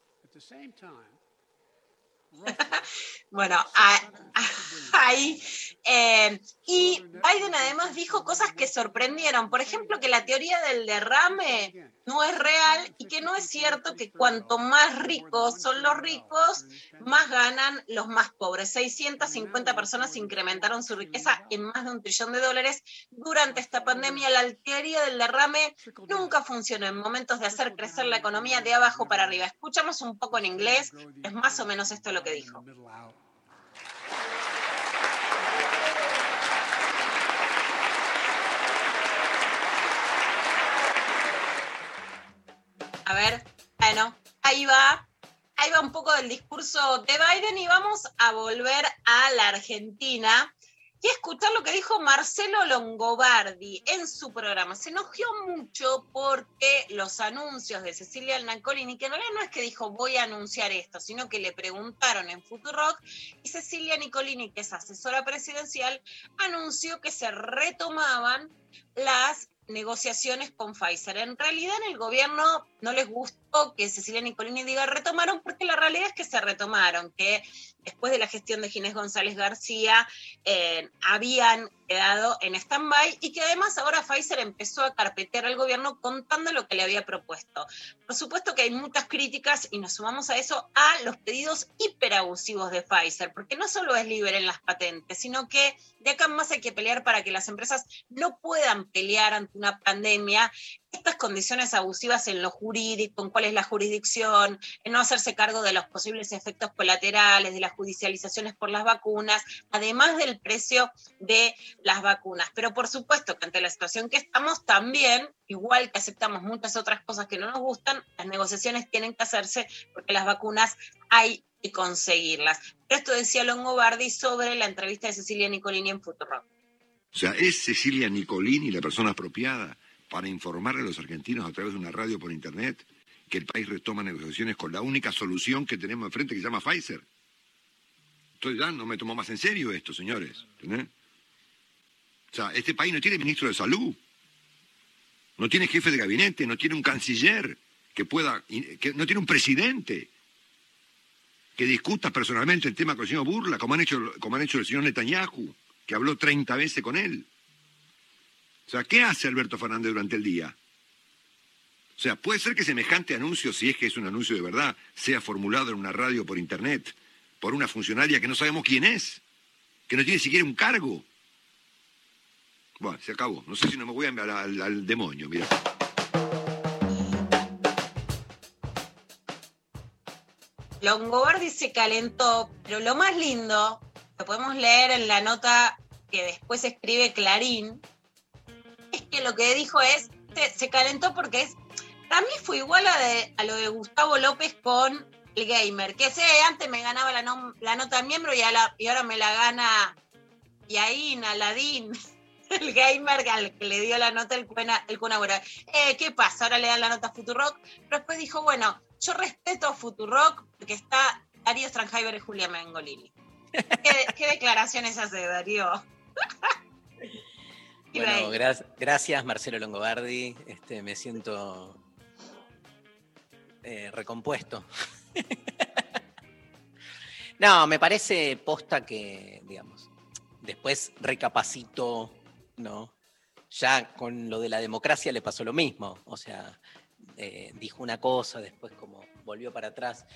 Speaker 3: Bueno, ahí. Y Biden además dijo cosas que sorprendieron. Por ejemplo, que la teoría del derrame no es real y que no es cierto que cuanto más ricos son los ricos, más ganan los más pobres. 650 personas incrementaron su riqueza en más de $1 trillón durante esta pandemia. La teoría del derrame nunca funcionó en momentos de hacer crecer la economía de abajo para arriba. Escuchamos un poco en inglés, es más o menos esto lo que dijo. A ver, bueno, ahí va un poco del discurso de Biden y vamos a volver a la Argentina y escuchar lo que dijo Marcelo Longobardi en su programa. Se enojó mucho porque los anuncios de Cecilia Nicolini, que en realidad no es que dijo voy a anunciar esto, sino que le preguntaron en Futurock y Cecilia Nicolini, que es asesora presidencial, anunció que se retomaban las negociaciones con Pfizer. En realidad en el gobierno no les gustó que Cecilia Nicolini diga retomaron, porque la realidad es que se retomaron, que después de la gestión de Ginés González García habían quedado en stand-by y que además ahora Pfizer empezó a carpetear al gobierno contando lo que le había propuesto. Por supuesto que hay muchas críticas y nos sumamos a eso, a los pedidos hiperabusivos de Pfizer, porque no solo es libre en las patentes, sino que de acá en más hay que pelear para que las empresas no puedan pelear ante una pandemia estas condiciones abusivas en lo jurídico, en cuál es la jurisdicción, en no hacerse cargo de los posibles efectos colaterales, de las judicializaciones por las vacunas, además del precio de las vacunas. Pero por supuesto que ante la situación que estamos también, igual que aceptamos muchas otras cosas que no nos gustan, las negociaciones tienen que hacerse porque las vacunas hay que conseguirlas. Pero esto decía Longobardi sobre la entrevista de Cecilia Nicolini en Futurock.
Speaker 11: O sea, ¿es Cecilia Nicolini la persona apropiada para informarle a los argentinos a través de una radio por internet que el país retoma negociaciones con la única solución que tenemos enfrente, que se llama Pfizer? Entonces ya no me tomo más en serio esto, señores. ¿Entendés? O sea, este país no tiene ministro de salud, no tiene jefe de gabinete, no tiene un canciller no tiene un presidente que discuta personalmente el tema con el señor Burla, como han hecho el señor Netanyahu, que habló 30 veces con él. O sea, ¿qué hace Alberto Fernández durante el día? O sea, puede ser que semejante anuncio, si es que es un anuncio de verdad, sea formulado en una radio por internet, por una funcionaria que no sabemos quién es, que no tiene siquiera un cargo. Bueno, se acabó. No sé si no me voy a enviar al demonio, mira.
Speaker 3: Longobardi se calentó, pero lo más lindo, lo podemos leer en la nota que después escribe Clarín, es que lo que dijo es, se calentó porque es, para mí fue igual a lo de Gustavo López con el gamer, que antes me ganaba la nota de miembro y ahora me la gana Yain, Aladín, el gamer al que le dio la nota el Kun Agüero. ¿Qué pasa? Ahora le dan la nota a Futurock, pero después dijo, bueno, yo respeto a Futurock porque está Darío Strangheimer y Julia Mengolini. ¿Qué declaraciones hace Darío?
Speaker 2: Bueno, gracias Marcelo Longobardi, me siento recompuesto. No, me parece posta que, digamos, después recapacito, ¿no? Ya con lo de la democracia le pasó lo mismo, o sea, dijo una cosa, después como volvió para atrás.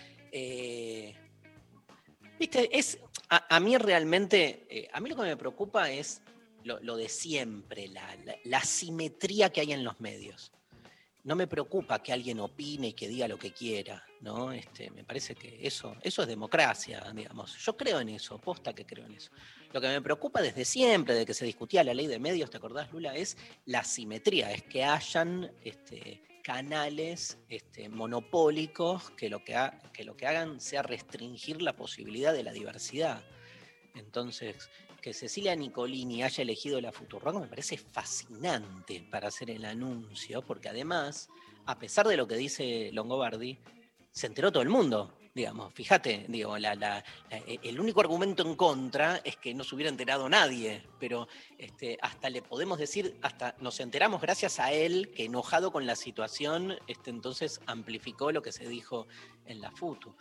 Speaker 2: Viste, a mí realmente, a mí lo que me preocupa es lo de siempre, la simetría que hay en los medios. No me preocupa que alguien opine y que diga lo que quiera, ¿no? Me parece que eso es democracia, digamos. Yo creo en eso, posta que creo en eso. Lo que me preocupa desde siempre, desde que se discutía la ley de medios, ¿te acordás, Lula? Es la simetría, es que hayan canales monopólicos que lo que hagan sea restringir la posibilidad de la diversidad. Entonces, que Cecilia Nicolini haya elegido la Futurock me parece fascinante para hacer el anuncio, porque además, a pesar de lo que dice Longobardi, se enteró todo el mundo, digamos. Fíjate, digo, el único argumento en contra es que no se hubiera enterado nadie, pero hasta le podemos decir, hasta nos enteramos gracias a él, que enojado con la situación, entonces amplificó lo que se dijo en la Futu.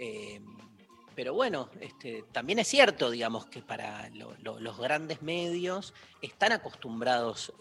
Speaker 2: Pero bueno, también es cierto, digamos, que para los grandes medios están acostumbrados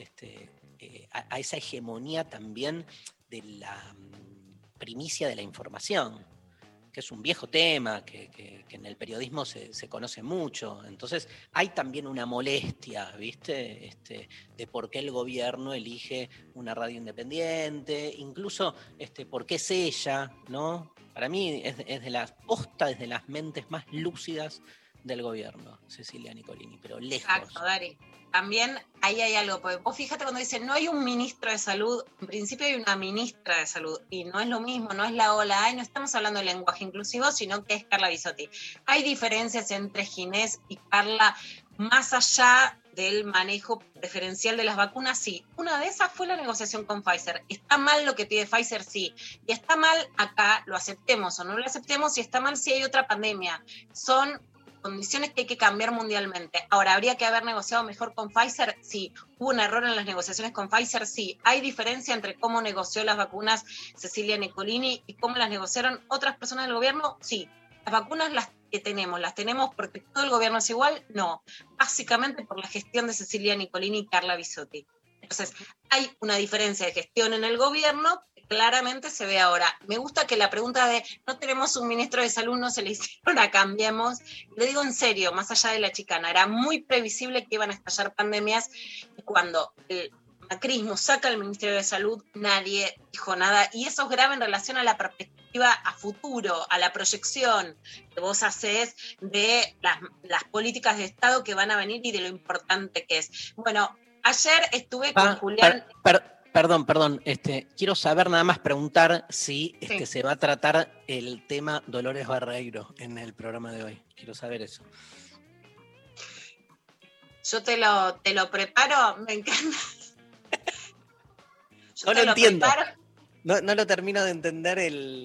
Speaker 2: a esa hegemonía también de la primicia de la información, que es un viejo tema, que en el periodismo se conoce mucho. Entonces hay también una molestia, ¿viste? De por qué el gobierno elige una radio independiente, incluso por qué es ella, ¿no? Para mí es de las mentes más lúcidas del gobierno, Cecilia Nicolini, pero lejos.
Speaker 3: Exacto, Dari. También ahí hay algo, porque vos fíjate cuando dicen no hay un ministro de salud, en principio hay una ministra de salud, y no es lo mismo, no es la ola, no estamos hablando de lenguaje inclusivo, sino que es Carla Bisotti. Hay diferencias entre Ginés y Carla, más allá del manejo preferencial de las vacunas, sí. Una de esas fue la negociación con Pfizer. ¿Está mal lo que pide Pfizer? Sí. Y está mal acá, lo aceptemos o no lo aceptemos, y está mal si hay otra pandemia. Son condiciones que hay que cambiar mundialmente. Ahora, ¿habría que haber negociado mejor con Pfizer? Sí. ¿Hubo un error en las negociaciones con Pfizer? Sí. ¿Hay diferencia entre cómo negoció las vacunas Cecilia Nicolini y cómo las negociaron otras personas del gobierno? Sí. ¿Las vacunas las tenemos porque todo el gobierno es igual? No. Básicamente por la gestión de Cecilia Nicolini y Carla Bisotti. Entonces, hay una diferencia de gestión en el gobierno que claramente se ve ahora. Me gusta que la pregunta de no tenemos un ministro de salud no se le hicieron a Cambiemos. Le digo en serio, más allá de la chicana, era muy previsible que iban a estallar pandemias, y cuando el macrismo saca al Ministerio de Salud, nadie dijo nada, y eso es grave en relación a la perspectiva a futuro, a la proyección que vos hacés de las políticas de Estado que van a venir y de lo importante que es. Bueno, ayer estuve con Julián...
Speaker 2: Perdón, quiero saber, nada más preguntar si se va a tratar el tema Dolores Barreiro en el programa de hoy. Quiero saber eso.
Speaker 3: Yo te lo preparo, me encanta.
Speaker 2: No lo entiendo. No lo termino de entender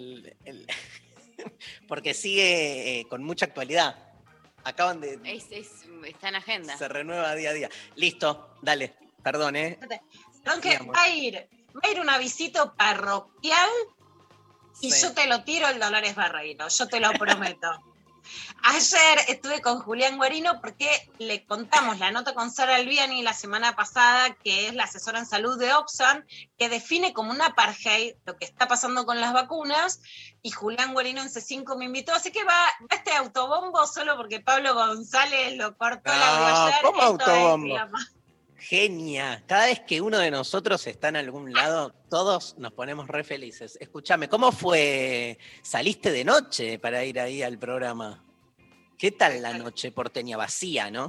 Speaker 2: porque sigue con mucha actualidad. Acaban de...
Speaker 4: Está en agenda.
Speaker 2: Se renueva día a día. Listo, dale, perdón,
Speaker 3: Aunque va a ir un avisito parroquial y yo te lo tiro el Dolores Barreiro, yo te lo prometo. Ayer estuve con Julián Guarino porque le contamos la nota con Sara Alviani la semana pasada, que es la asesora en salud de Oxfam, que define como un apartheid lo que está pasando con las vacunas, y Julián Guarino en C5 me invitó, así que va este autobombo solo porque Pablo González lo cortó el audio ayer.
Speaker 2: ¿Cómo
Speaker 3: Esto es
Speaker 2: autobombo?
Speaker 3: la
Speaker 2: Genia. Cada vez que uno de nosotros está en algún lado, todos nos ponemos re felices. Escúchame, ¿cómo fue? ¿Saliste de noche para ir ahí al programa? ¿Qué tal la noche porteña? Vacía, ¿no?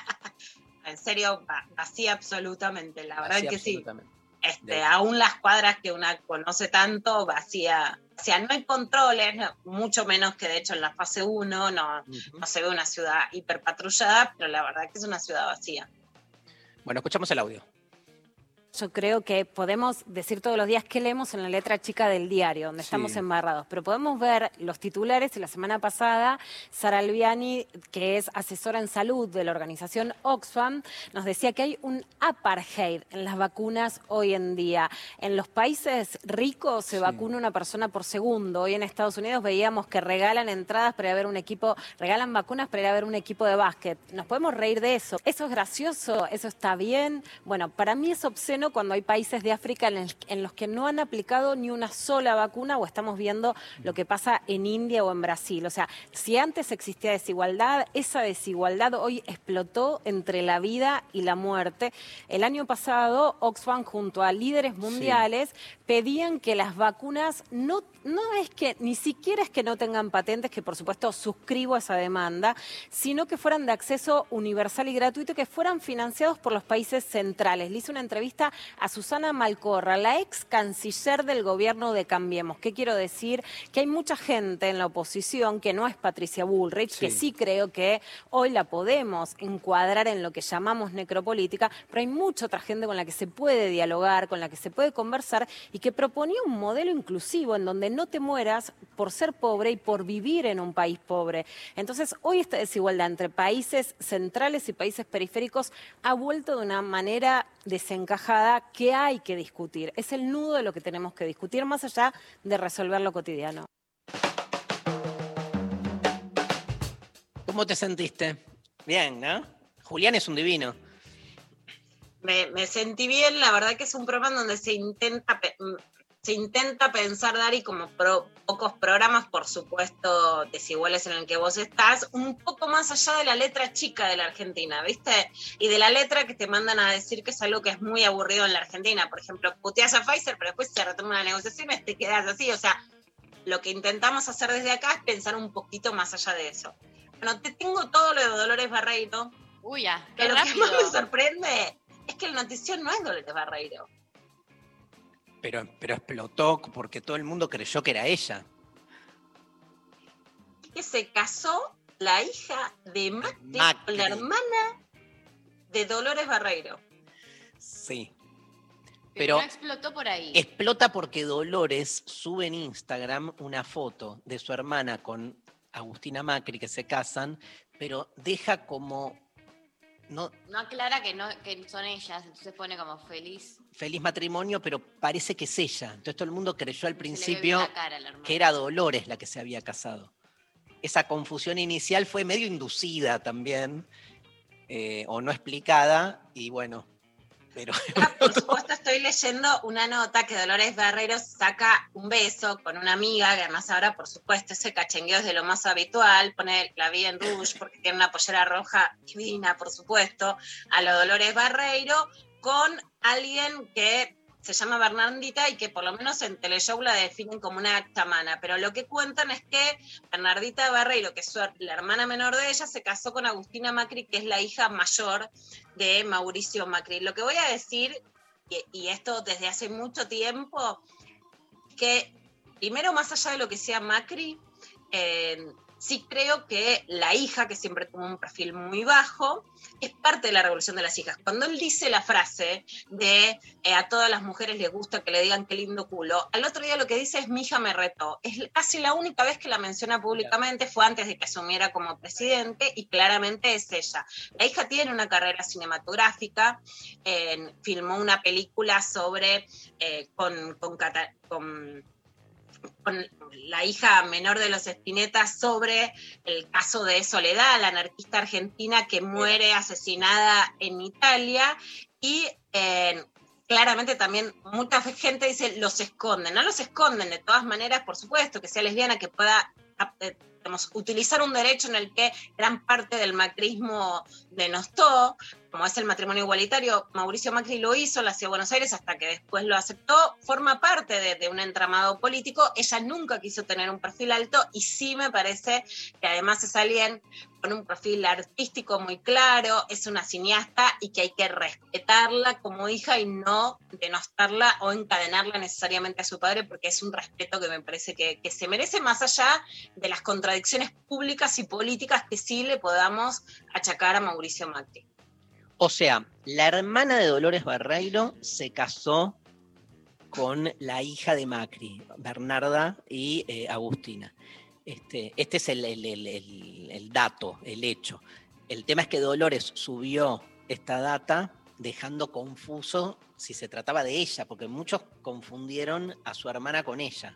Speaker 3: En serio, vacía absolutamente, la verdad
Speaker 2: Vacía
Speaker 3: que sí.
Speaker 2: absolutamente.
Speaker 3: Aún las cuadras que una conoce tanto, vacía. O sea, no hay controles, mucho menos que de hecho en la fase 1, no se ve una ciudad hiperpatrullada, pero la verdad que es una ciudad vacía.
Speaker 2: Bueno, escuchamos el audio.
Speaker 12: Yo creo que podemos decir todos los días qué leemos en la letra chica del diario, donde estamos embarrados, pero podemos ver los titulares. Y la semana pasada, Sara Alviani, que es asesora en salud de la organización Oxfam, nos decía que hay un apartheid en las vacunas hoy en día. En los países ricos se vacuna una persona por segundo. Hoy en Estados Unidos veíamos que regalan entradas para ir a ver un equipo, regalan vacunas para ir a ver un equipo de básquet. Nos podemos reír de eso. ¿Eso es gracioso? ¿Eso está bien? Bueno, para mí es obsceno cuando hay países de África en los que no han aplicado ni una sola vacuna, o estamos viendo lo que pasa en India o en Brasil. O sea, si antes existía desigualdad, esa desigualdad hoy explotó entre la vida y la muerte. El año pasado, Oxfam, junto a líderes mundiales, pedían que las vacunas no es que, ni siquiera es que no tengan patentes, que por supuesto suscribo esa demanda, sino que fueran de acceso universal y gratuito, que fueran financiados por los países centrales. Le hice una entrevista a Susana Malcorra, la ex canciller del gobierno de Cambiemos. ¿Qué quiero decir? Que hay mucha gente en la oposición que no es Patricia Bullrich, que sí creo que hoy la podemos encuadrar en lo que llamamos necropolítica, pero hay mucha otra gente con la que se puede dialogar, con la que se puede conversar, y que proponía un modelo inclusivo en donde no te mueras por ser pobre y por vivir en un país pobre. Entonces, hoy esta desigualdad entre países centrales y países periféricos ha vuelto de una manera desencajada que hay que discutir. Es el nudo de lo que tenemos que discutir, más allá de resolver lo cotidiano.
Speaker 2: ¿Cómo te sentiste? Bien, ¿no? Julián es un divino.
Speaker 3: Me sentí bien, la verdad que es un programa donde se intenta pensar, Dari, como pocos programas, por supuesto, desiguales en el que vos estás, un poco más allá de la letra chica de la Argentina, ¿viste? Y de la letra que te mandan a decir que es algo que es muy aburrido en la Argentina. Por ejemplo, puteás a Pfizer, pero después se retoma la negociación y te quedás así. O sea, lo que intentamos hacer desde acá es pensar un poquito más allá de eso. Bueno, te tengo todo lo de Dolores Barreiro.
Speaker 4: Uy, ya, qué
Speaker 3: pero
Speaker 4: rápido.
Speaker 3: lo que más me sorprende es que el notición no es Dolores Barreiro.
Speaker 2: Pero explotó porque todo el mundo creyó que era ella.
Speaker 3: Que se casó la hija de Macri con la hermana de Dolores Barreiro.
Speaker 2: Sí.
Speaker 4: Pero no explotó por ahí.
Speaker 2: Explota porque Dolores sube en Instagram una foto de su hermana con Agustina Macri, que se casan, pero deja como... No
Speaker 4: aclara que son ellas, entonces pone como feliz
Speaker 2: matrimonio, pero parece que es ella. Entonces todo el mundo creyó al principio
Speaker 4: la cara,
Speaker 2: que era Dolores la que se había casado. Esa confusión inicial fue medio inducida también, o no explicada, y bueno, pero...
Speaker 3: Por supuesto, estoy leyendo una nota que Dolores Barreiro saca un beso con una amiga, que además ahora, por supuesto, ese cachengueo es de lo más habitual, pone la vida en rouge porque tiene una pollera roja divina, por supuesto, a lo Dolores Barreiro, con alguien que se llama Bernardita y que por lo menos en Teleshow la definen como una chamana, pero lo que cuentan es que Bernardita Barreiro, que es la hermana menor de ella, se casó con Agustina Macri, que es la hija mayor de Mauricio Macri. Lo que voy a decir, y esto desde hace mucho tiempo, que primero, más allá de lo que sea Macri, sí creo que la hija, que siempre tuvo un perfil muy bajo, es parte de la revolución de las hijas. Cuando él dice la frase de a todas las mujeres les gusta que le digan qué lindo culo, al otro día lo que dice es mi hija me retó. Es casi la única vez que la menciona públicamente, fue antes de que asumiera como presidente, y claramente es ella. La hija tiene una carrera cinematográfica, filmó una película sobre con con la hija menor de los Spinetta sobre el caso de Soledad, la anarquista argentina que muere asesinada en Italia, y claramente también mucha gente dice los esconden. No los esconden, de todas maneras, por supuesto, que sea lesbiana, que pueda utilizar un derecho en el que gran parte del macrismo denostó, como es el matrimonio igualitario. Mauricio Macri lo hizo en la Ciudad de Buenos Aires hasta que después lo aceptó, forma parte de un entramado político. Ella nunca quiso tener un perfil alto y sí me parece que además es alguien con un perfil artístico muy claro, es una cineasta y que hay que respetarla como hija y no denostarla o encadenarla necesariamente a su padre, porque es un respeto que me parece que se merece, más allá de las contradicciones públicas y políticas que sí le podamos achacar a Mauricio Macri.
Speaker 2: O sea, la hermana de Dolores Barreiro se casó con la hija de Macri, Bernarda y Agustina. Este es el dato, el hecho. El tema es que Dolores subió esta data dejando confuso si se trataba de ella, porque muchos confundieron a su hermana con ella.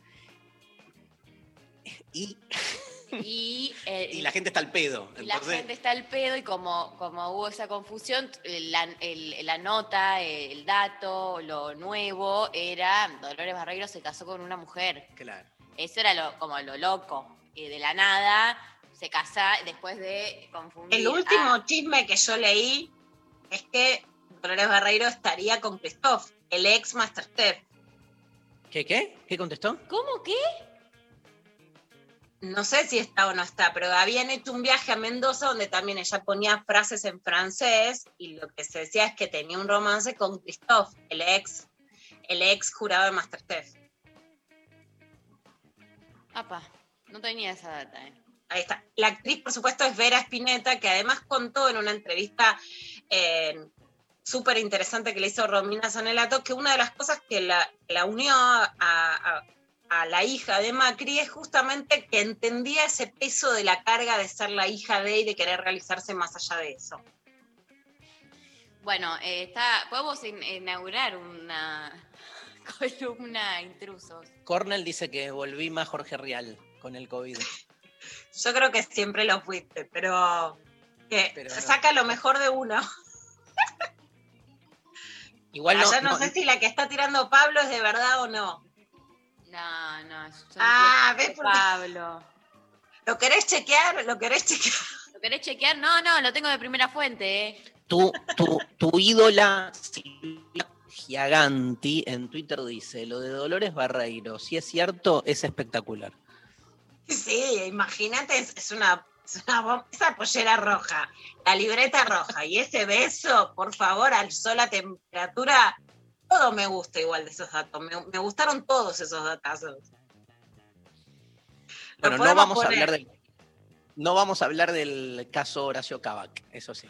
Speaker 2: Y la gente está al pedo.
Speaker 4: La gente está al pedo y como hubo esa confusión, la nota, el dato, lo nuevo era Dolores Barreiro se casó con una mujer.
Speaker 2: Claro.
Speaker 4: Eso era como lo loco. Y de la nada se casa después de confundir.
Speaker 3: El último chisme que yo leí es que Dolores Barreiro estaría con Christoph, el ex Masterchef.
Speaker 2: ¿Qué? ¿Qué contestó?
Speaker 4: ¿Cómo qué?
Speaker 3: No sé si está o no está, pero habían hecho un viaje a Mendoza donde también ella ponía frases en francés y lo que se decía es que tenía un romance con Christoph, el ex jurado de Masterchef.
Speaker 4: Apa, no tenía esa data,
Speaker 3: Ahí está. La actriz, por supuesto, es Vera Spinetta, que además contó en una entrevista súper interesante que le hizo Romina Sanelato, que una de las cosas que la unió a la hija de Macri es justamente que entendía ese peso de la carga de ser la hija de y de querer realizarse más allá de eso.
Speaker 4: Bueno, podemos inaugurar una columna intrusos.
Speaker 2: Cornell dice que volví más Jorge Rial con el COVID.
Speaker 3: Yo creo que siempre lo fuiste, pero saca lo mejor de uno.
Speaker 2: Igual
Speaker 3: no sé si la que está tirando Pablo es de verdad o no.
Speaker 4: No.
Speaker 3: ¿Ves por
Speaker 4: Pablo.
Speaker 3: ¿Lo querés chequear?
Speaker 4: ¿Lo querés chequear? No, lo tengo de primera fuente,
Speaker 2: Tu ídola Silvia Giaganti en Twitter dice, lo de Dolores Barreiro, si es cierto, es espectacular.
Speaker 3: Sí, imagínate, esa pollera roja, la libreta roja y ese beso, por favor, alzó la temperatura. Todo me gusta igual de esos datos, me gustaron todos esos datazos.
Speaker 2: Bueno, no vamos a hablar del caso Horacio Cabac, eso sí.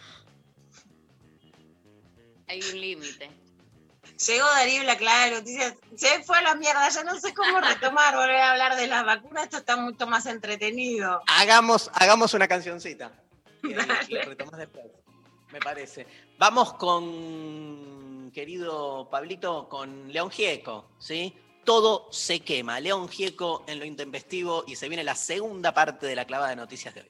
Speaker 4: Hay un límite.
Speaker 3: Llegó Darío la clave de noticias, se fue a la mierda, ya no sé cómo retomar, volver a hablar de las vacunas, esto está mucho más entretenido.
Speaker 2: Hagamos una cancioncita. Y lo retomás después, me parece. Vamos con, querido Pablito, con León Gieco, ¿sí? Todo se quema. León Gieco en lo intempestivo y se viene la segunda parte de la clavada de noticias de hoy.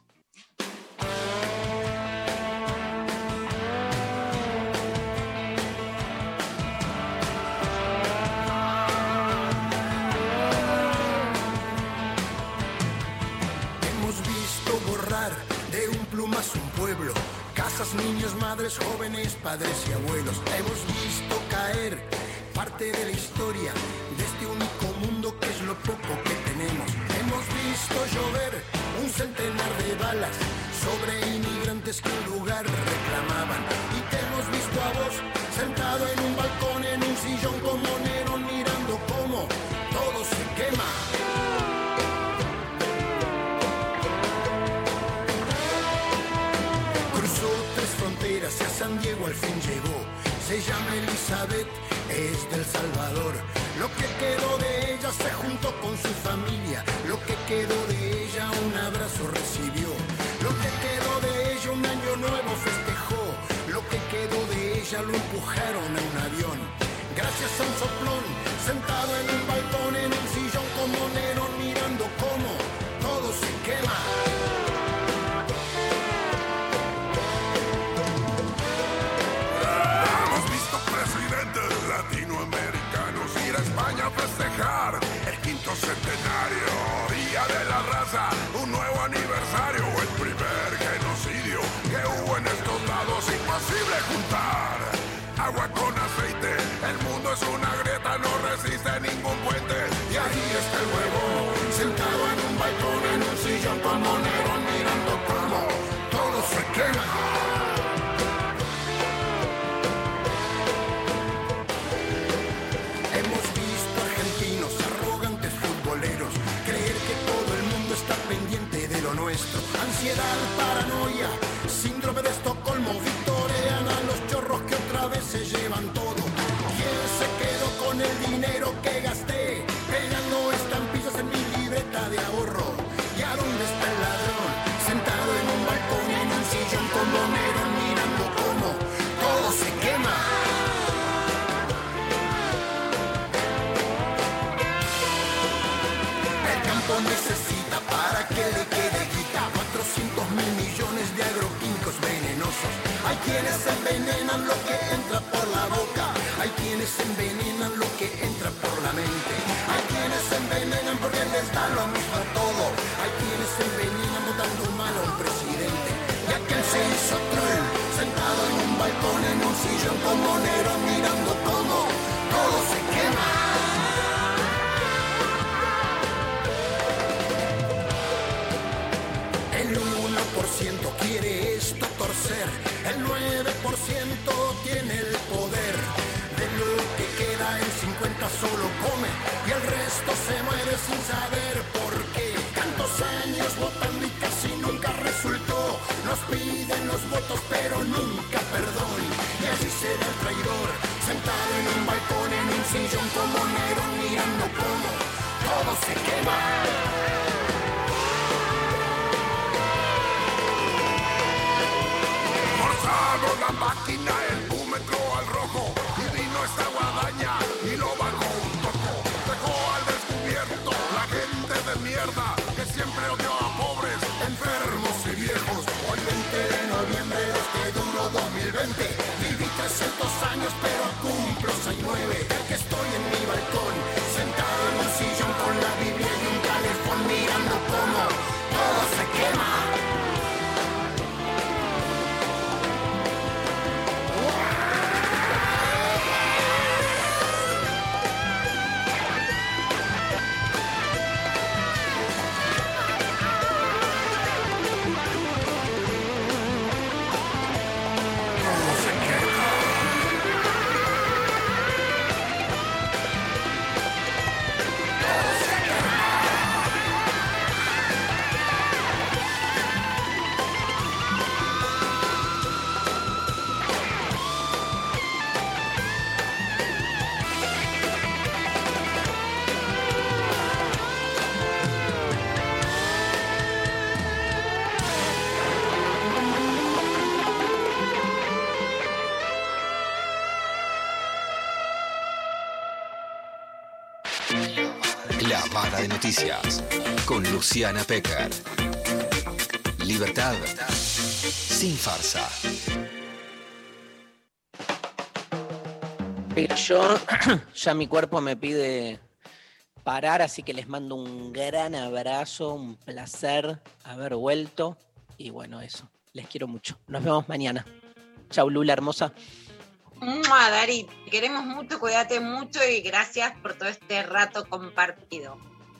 Speaker 13: De un plumazo un pueblo, casas, niños, madres, jóvenes, padres y abuelos. Hemos visto caer parte de la historia de este único mundo que es lo poco que tenemos. Hemos visto llover un centenar de balas sobre inmigrantes que un lugar reclamaban. Y te hemos visto a vos sentado en un balcón, en un sillón como Nerón, mirando cómo todo se quema. Hacia San Diego al fin llegó, se llama Elizabeth, es del Salvador. Lo que quedó de ella se juntó con su familia, lo que quedó de ella un abrazo recibió, lo que quedó de ella un año nuevo festejó, lo que quedó de ella lo empujaron a un avión. Gracias a un soplón, sentado en un balcón, en un sillón España a festejar el quinto centenario, Día de la Raza, un nuevo aniversario, el primer genocidio que hubo en estos lados, imposible juntar agua con aceite, el mundo es una grieta, no resiste ningún puente, y ahí está el huevo, sentado en un balcón, en un sillón como Nerón, mirando cómo todo se quema. Hemos visto argentinos arrogantes futboleros creer que todo el mundo está pendiente de lo nuestro. Ansiedad, paranoia, síndrome de Estocolmo, victorean a los chorros que otra vez se llevan todo. ¿Quién se quedó con el dinero que gasté pegando estampillas en mi libreta de ahorro? ¿Y a dónde está el ladrón? Sentado en un balcón, en un sillón como Nerón, mirando cómo todo se quema. El campo necesita para que le quede guita 400.000 millones de agroquímicos venenosos. Hay quienes envenenan lo que entra por la boca, hay quienes envenenan lo que entra por la mente, hay quienes envenenan porque les da lo mismo todo, hay quienes envenenan votando mal a un presidente. Y aquel se hizo troll, sentado en un balcón, en un sillón como Nerón, mirando cómo todo se quema. El 1% quiere esto torcer, el 9% tiene el poder. De lo que queda el 50 solo come y el resto se muere sin saber por qué. Tantos años votando y casi nunca resultó. Nos piden los votos pero nunca perdón. Y así será el traidor, sentado en un balcón, en un sillón como Nerón, mirando cómo todo se quema. La máquina, el búmetro al rojo, y vino esta guadaña y lo bajó un toco. Dejó al descubierto la gente de mierda que siempre odió a pobres, enfermos y viejos. Hoy 20 de noviembre de este duro 2020, viví 300 años pero cumplo 69. Que estoy en mi balcón, sentado en un sillón con la Biblia y un calefón, mirando cómo todo se quema.
Speaker 7: La Mala de Noticias con Luciana Pecker. Libertad sin farsa.
Speaker 2: Pero yo, ya mi cuerpo me pide parar, así que les mando un gran abrazo, un placer haber vuelto. Y bueno, eso, les quiero mucho. Nos vemos mañana. Chau, Lula hermosa.
Speaker 3: Dari, te queremos mucho, cuídate mucho y gracias por todo este rato compartido.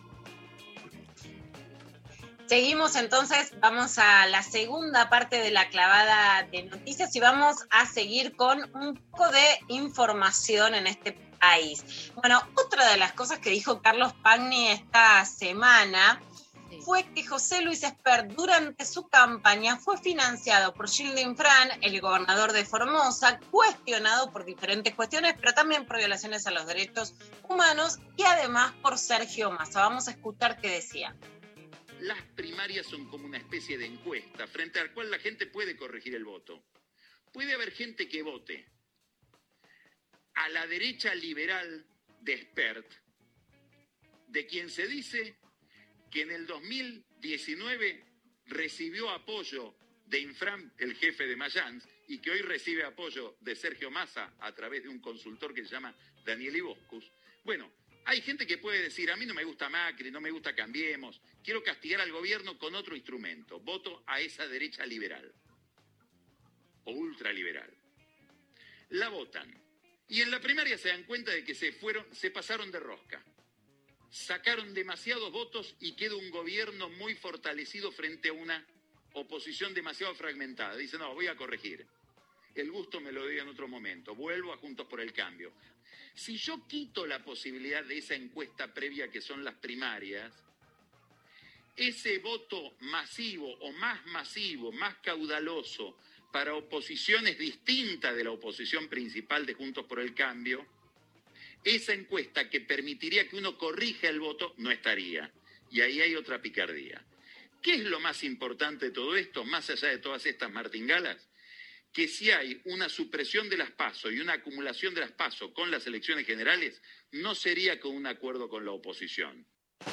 Speaker 3: Seguimos entonces, vamos a la segunda parte de la clavada de noticias y vamos a seguir con un poco de información en este país. Bueno, otra de las cosas que dijo Carlos Pagni esta semana fue que José Luis Espert durante su campaña fue financiado por Gildo Fran, el gobernador de Formosa, cuestionado por diferentes cuestiones, pero también por violaciones a los derechos humanos y además por Sergio Massa. Vamos a escuchar qué decía.
Speaker 14: Las primarias son como una especie de encuesta frente a la cual la gente puede corregir el voto. Puede haber gente que vote a la derecha liberal de Espert, de quien se dice que en el 2019 recibió apoyo de Infram, el jefe de Mayans, y que hoy recibe apoyo de Sergio Massa a través de un consultor que se llama Daniel Iboscus. Bueno, Hay gente que puede decir, a mí no me gusta Macri, no me gusta Cambiemos, quiero castigar al gobierno con otro instrumento, voto a esa derecha liberal o ultraliberal. La votan. Y en la primaria se dan cuenta de que se pasaron de rosca. Sacaron demasiados votos y queda un gobierno muy fortalecido frente a una oposición demasiado fragmentada. Dicen, no, voy a corregir. El gusto me lo doy en otro momento. Vuelvo a Juntos por el Cambio. Si yo quito la posibilidad de esa encuesta previa que son las primarias, ese voto masivo o más masivo, más caudaloso para oposiciones distintas de la oposición principal de Juntos por el Cambio, esa encuesta que permitiría que uno corrija el voto no estaría. Y ahí hay otra picardía. ¿Qué es lo más importante de todo esto, más allá de todas estas martingalas? Que si hay una supresión de las PASO y una acumulación de las PASO con las elecciones generales, no sería con un acuerdo con la oposición.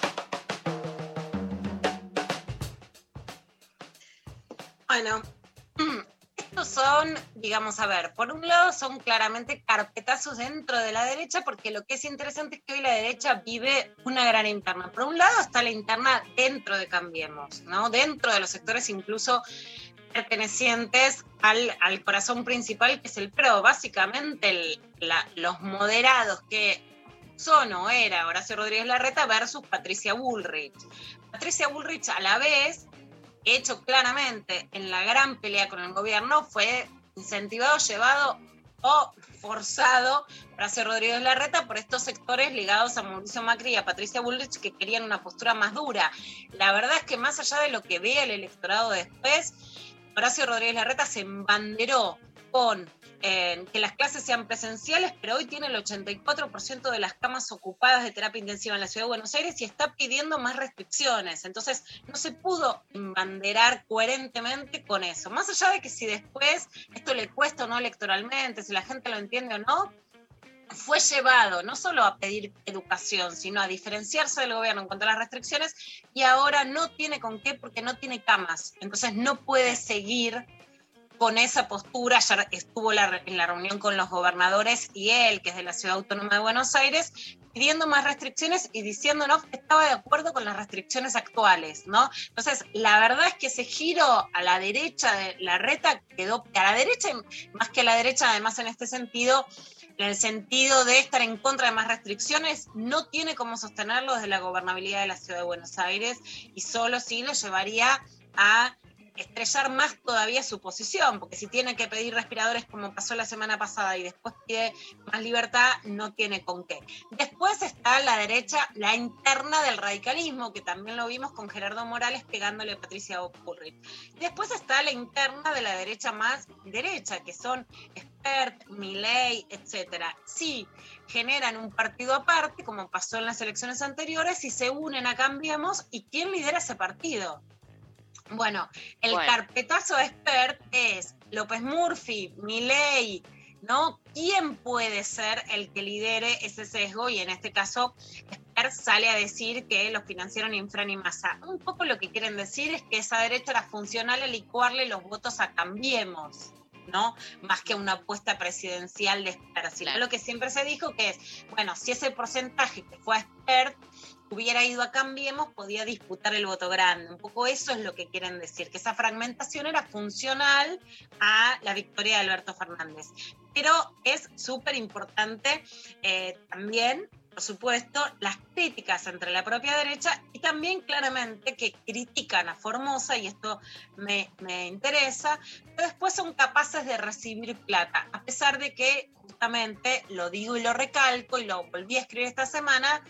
Speaker 3: Bueno, estos son, digamos, a ver, por un lado son claramente carpetazos dentro de la derecha, porque lo que es interesante es que hoy la derecha vive una gran interna. Por un lado está la interna dentro de Cambiemos, ¿no? Dentro de los sectores incluso pertenecientes al corazón principal, que es el PRO, básicamente los moderados que son o era Horacio Rodríguez Larreta versus Patricia Bullrich. Patricia Bullrich, a la vez, hecho claramente en la gran pelea con el gobierno, fue incentivado, llevado o forzado Horacio Rodríguez Larreta por estos sectores ligados a Mauricio Macri y a Patricia Bullrich, que querían una postura más dura. La verdad es que más allá de lo que vea el electorado después, Horacio Rodríguez Larreta se embanderó con que las clases sean presenciales, pero hoy tiene el 84% de las camas ocupadas de terapia intensiva en la Ciudad de Buenos Aires y está pidiendo más restricciones. Entonces no se pudo embanderar coherentemente con eso. Más allá de que si después esto le cuesta o no electoralmente, si la gente lo entiende o no, fue llevado no solo a pedir educación, sino a diferenciarse del gobierno en cuanto a las restricciones, y ahora no tiene con qué porque no tiene camas. Entonces no puede seguir con esa postura. Ya estuvo en la reunión con los gobernadores y él, que es de la Ciudad Autónoma de Buenos Aires, pidiendo más restricciones y diciéndonos que estaba de acuerdo con las restricciones actuales, ¿no? Entonces, la verdad es que ese giro a la derecha de Larreta quedó, a la derecha, más que a la derecha, además en este sentido, en el sentido de estar en contra de más restricciones, no tiene cómo sostenerlo desde la gobernabilidad de la Ciudad de Buenos Aires, y solo sí lo llevaría a estrellar más todavía su posición, porque si tiene que pedir respiradores como pasó la semana pasada y después pide más libertad, no tiene con qué. Después está la derecha, la interna del radicalismo, que también lo vimos con Gerardo Morales pegándole a Patricia Bullrich. Después está la interna de la derecha más derecha, que son Espert, Milei, etcétera. Sí, generan un partido aparte, como pasó en las elecciones anteriores, y se unen a Cambiemos. ¿Y quién lidera ese partido? Bueno, el carpetazo expert es López Murphy, Milei, ¿no? ¿Quién puede ser el que lidere ese sesgo? Y en este caso, expert sale a decir que lo financiaron Infran y Massa. Un poco lo que quieren decir es que esa derecha era funcional a licuarle los votos a Cambiemos, ¿no? Más que una apuesta presidencial de expert. Sino lo que siempre se dijo que es, bueno, si ese porcentaje que fue a expert hubiera ido a Cambiemos, podía disputar el voto grande. Un poco eso es lo que quieren decir, que esa fragmentación era funcional a la victoria de Alberto Fernández. Pero es súper importante también, por supuesto, las críticas entre la propia derecha y también claramente que critican a Formosa, y esto me interesa, pero después son capaces de recibir plata, a pesar de que, justamente, lo digo y lo recalco, y lo volví a escribir esta semana,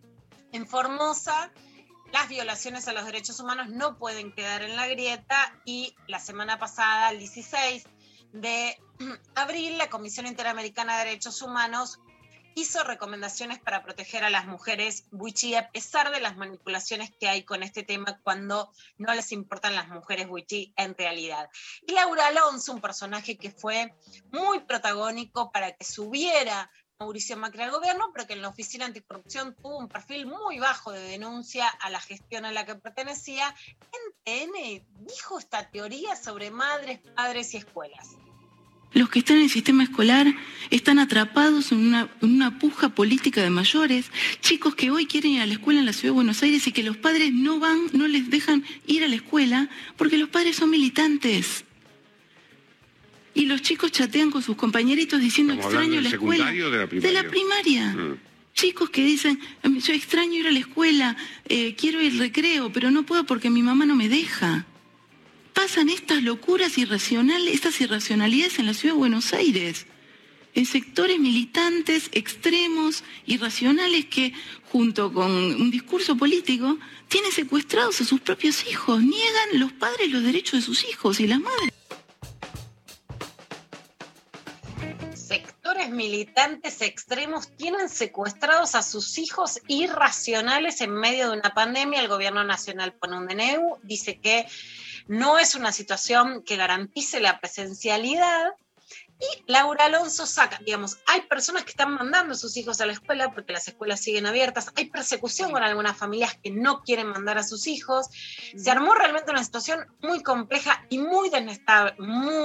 Speaker 3: en Formosa, las violaciones a los derechos humanos no pueden quedar en la grieta, y la semana pasada, el 16 de abril, la Comisión Interamericana de Derechos Humanos hizo recomendaciones para proteger a las mujeres wichí, a pesar de las manipulaciones que hay con este tema cuando no les importan las mujeres wichí en realidad. Y Laura Alonso, un personaje que fue muy protagónico para que subiera Mauricio Macri al gobierno, pero que en la Oficina Anticorrupción tuvo un perfil muy bajo de denuncia a la gestión a la que pertenecía, en TN dijo esta teoría sobre madres, padres y escuelas.
Speaker 15: Los que están en el sistema escolar están atrapados en una puja política de mayores, chicos que hoy quieren ir a la escuela en la Ciudad de Buenos Aires y que los padres no les dejan ir a la escuela porque los padres son militantes. Y los chicos chatean con sus compañeritos diciendo extraño la escuela.
Speaker 11: ¿Secundario o de la primaria?
Speaker 15: De la primaria. Chicos que dicen, yo extraño ir a la escuela, quiero ir al recreo, pero no puedo porque mi mamá no me deja. Pasan estas locuras irracionales, estas irracionalidades en la Ciudad de Buenos Aires, en sectores militantes, extremos, irracionales que, junto con un discurso político, tienen secuestrados a sus propios hijos, niegan los padres los derechos de sus hijos y las madres.
Speaker 3: Sectores militantes extremos tienen secuestrados a sus hijos irracionales en medio de una pandemia. El gobierno nacional pone un DNU, dice que no es una situación que garantice la presencialidad. Y Laura Alonso saca, digamos, hay personas que están mandando a sus hijos a la escuela porque las escuelas siguen abiertas, hay persecución con algunas familias que no quieren mandar a sus hijos. Se armó realmente una situación muy compleja y muy desestable,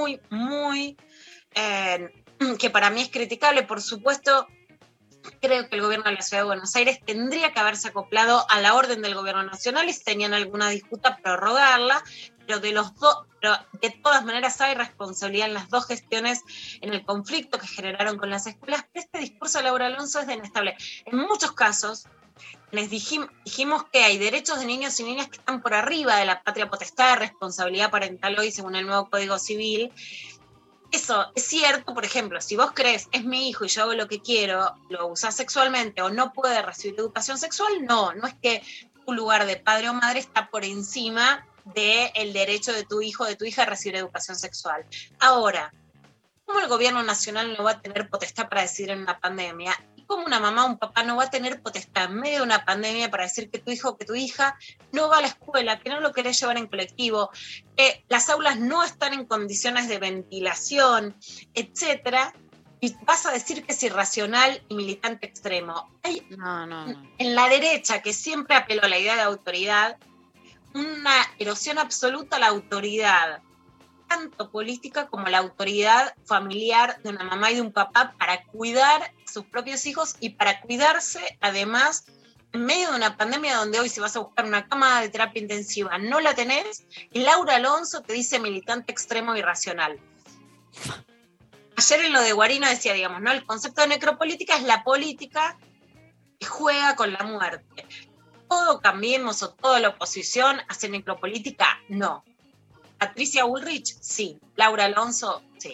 Speaker 3: que para mí es criticable. Por supuesto, creo que el gobierno de la Ciudad de Buenos Aires tendría que haberse acoplado a la orden del gobierno nacional y si tenían alguna disputa, prorrogarla, pero de todas maneras hay responsabilidad en las dos gestiones en el conflicto que generaron con las escuelas. Pero este discurso de Laura Alonso es denestable. En muchos casos les dijimos que hay derechos de niños y niñas que están por arriba de la patria potestad, responsabilidad parental hoy según el nuevo Código Civil. Eso es cierto. Por ejemplo, si vos crees es mi hijo y yo hago lo que quiero, lo usás sexualmente o no puede recibir educación sexual, no es que tu lugar de padre o madre está por encima del derecho de tu hijo o de tu hija a recibir educación sexual. Ahora, ¿cómo el gobierno nacional no va a tener potestad para decidir en una pandemia? ¿Y cómo una mamá o un papá no va a tener potestad en medio de una pandemia para decir que tu hijo o que tu hija no va a la escuela, que no lo querés llevar en colectivo, que las aulas no están en condiciones de ventilación, etcétera? Y vas a decir que es irracional y militante extremo. En la derecha, que siempre apeló a la idea de autoridad, una erosión absoluta a la autoridad, tanto política como la autoridad familiar de una mamá y de un papá para cuidar a sus propios hijos y para cuidarse, además, en medio de una pandemia donde hoy si vas a buscar una cama de terapia intensiva no la tenés, y Laura Alonso te dice militante extremo irracional. Ayer en lo de Guarino decía, digamos, ¿no? El concepto de necropolítica es la política que juega con la muerte. ¿Todo Cambiemos o toda la oposición hace necropolítica? No. Patricia Bullrich, sí. Laura Alonso, sí.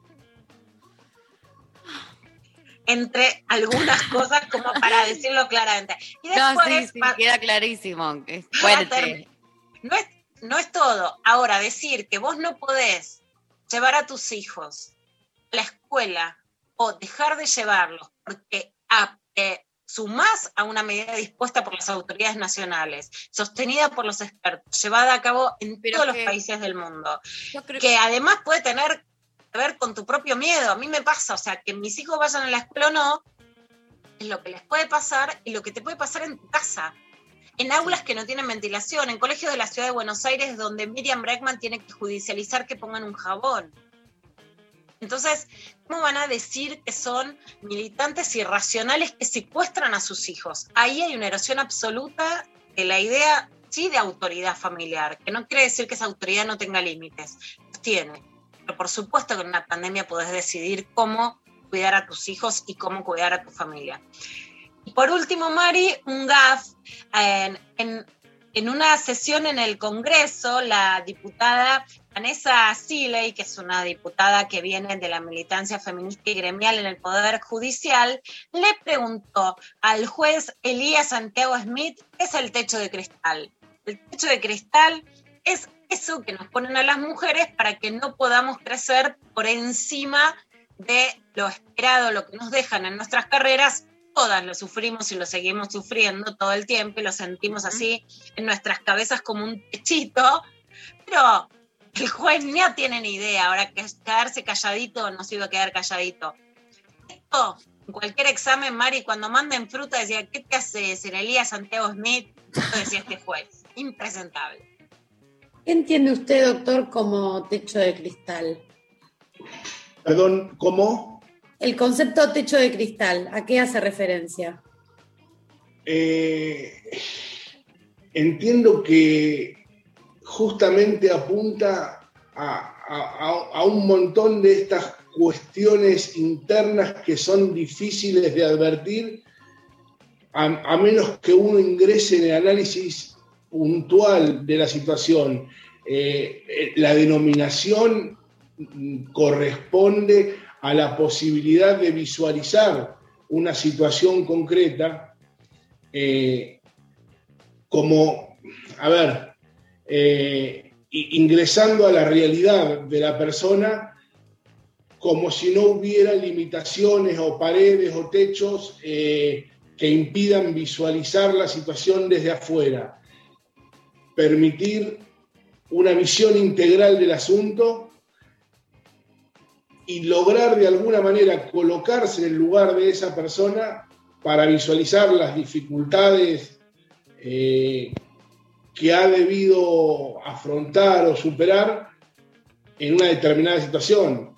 Speaker 3: Entre algunas cosas, como para decirlo claramente. Y después,
Speaker 4: sí, queda clarísimo. Es fuerte.
Speaker 3: No es todo. Ahora, decir que vos no podés llevar a tus hijos a la escuela o dejar de llevarlos porque sumás a una medida dispuesta por las autoridades nacionales, sostenida por los expertos, llevada a cabo en todos los países del mundo, que además puede tener que ver con tu propio miedo. A mí me pasa, o sea, que mis hijos vayan a la escuela o no, es lo que les puede pasar y lo que te puede pasar en tu casa, en aulas que no tienen ventilación, en colegios de la Ciudad de Buenos Aires donde Miriam Bregman tiene que judicializar que pongan un jabón. Entonces, ¿cómo van a decir que son militantes irracionales que secuestran a sus hijos? Ahí hay una erosión absoluta de la idea, sí, de autoridad familiar, que no quiere decir que esa autoridad no tenga límites, los tiene. Pero por supuesto que en una pandemia podés decidir cómo cuidar a tus hijos y cómo cuidar a tu familia. Y por último, Mari, un gaf. En una sesión en el Congreso, la diputada Vanessa Siley, que es una diputada que viene de la militancia feminista y gremial en el Poder Judicial, le preguntó al juez Elías Santiago Smith qué es el techo de cristal. El techo de cristal es eso que nos ponen a las mujeres para que no podamos crecer por encima de lo esperado, lo que nos dejan en nuestras carreras. Todas lo sufrimos y lo seguimos sufriendo todo el tiempo y lo sentimos así en nuestras cabezas como un techito, pero el juez no tiene ni idea. Ahora, que quedarse calladito no se iba a quedar calladito. Esto, en cualquier examen, Mari, cuando manden fruta, decía, ¿qué te hace Elías Santiago Smith? Esto decía este juez. Impresentable.
Speaker 16: ¿Qué entiende usted, doctor, como techo de cristal? Perdón, ¿cómo?
Speaker 17: El concepto techo de cristal, ¿a qué hace referencia?
Speaker 16: Entiendo que justamente apunta a un montón de estas cuestiones internas que son difíciles de advertir, a menos que uno ingrese en el análisis puntual de la situación. La denominación corresponde a la posibilidad de visualizar una situación concreta como, ingresando a la realidad de la persona como si no hubiera limitaciones o paredes o techos que impidan visualizar la situación desde afuera. Permitir una visión integral del asunto y lograr de alguna manera colocarse en el lugar de esa persona para visualizar las dificultades que ha debido afrontar o superar en una determinada situación.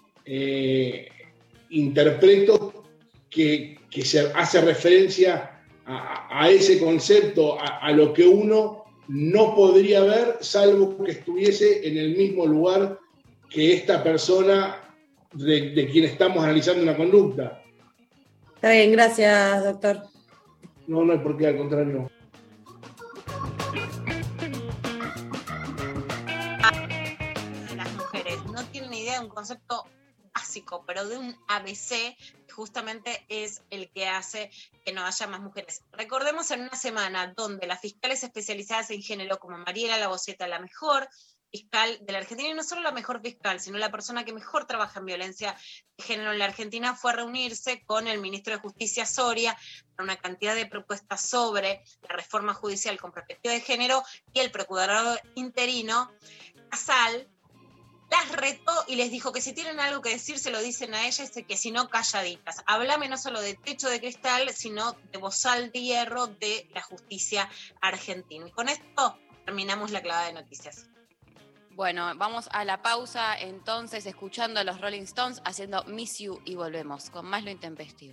Speaker 16: Interpreto que se hace referencia a ese concepto, a lo que uno no podría ver salvo que estuviese en el mismo lugar que esta persona de quien estamos analizando una conducta.
Speaker 17: Está bien, gracias, doctor.
Speaker 16: No hay por qué, al contrario.
Speaker 3: Las mujeres no tienen idea de un concepto básico, pero de un ABC, que justamente es el que hace que no haya más mujeres. Recordemos en una semana donde las fiscales especializadas en género, como Mariela Laboceta, la mejor fiscal de la Argentina, y no solo la mejor fiscal, sino la persona que mejor trabaja en violencia de género en la Argentina, fue a reunirse con el ministro de Justicia Soria para una cantidad de propuestas sobre la reforma judicial con perspectiva de género, y el procurador interino, Casal, las retó y les dijo que si tienen algo que decir se lo dicen a ellas, y que si no, calladitas. Háblame no solo de techo de cristal, sino de bozal de hierro de la justicia argentina. Y con esto terminamos la clavada de noticias.
Speaker 4: Bueno, vamos a la pausa entonces, escuchando a los Rolling Stones haciendo Miss You, y volvemos con más Lo Intempestivo.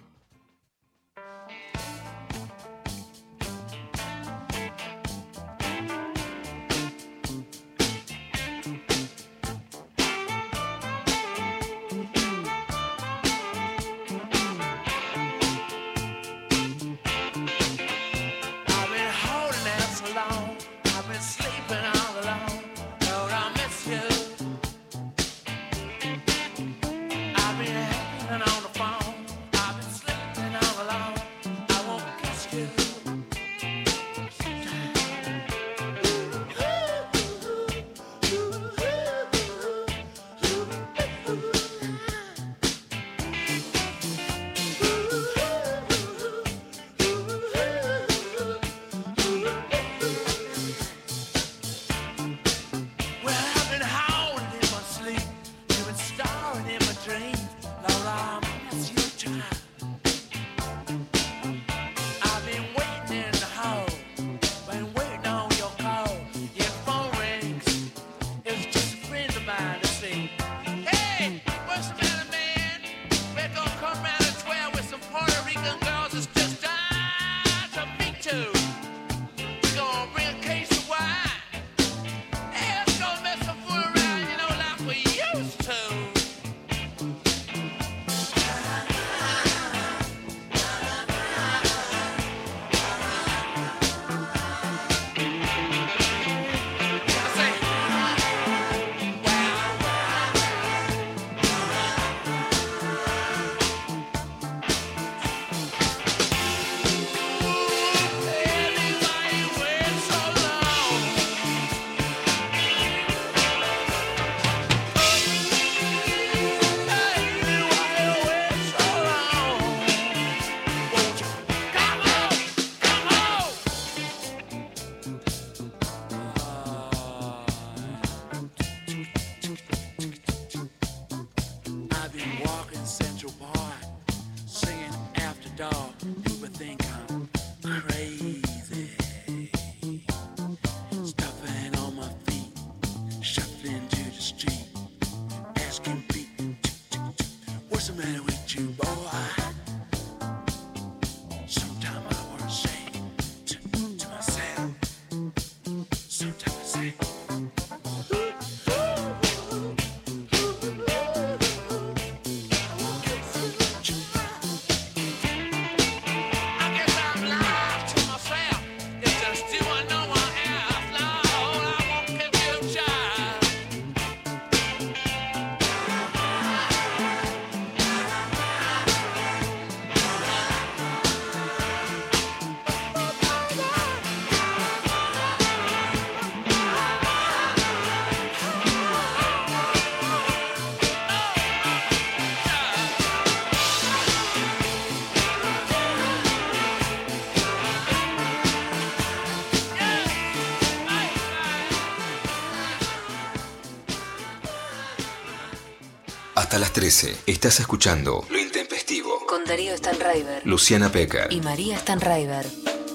Speaker 7: Hasta las 13 estás escuchando Lo Intempestivo
Speaker 8: Con Darío Stanraiver,
Speaker 7: Luciana Pecker
Speaker 8: y María Stanraiver.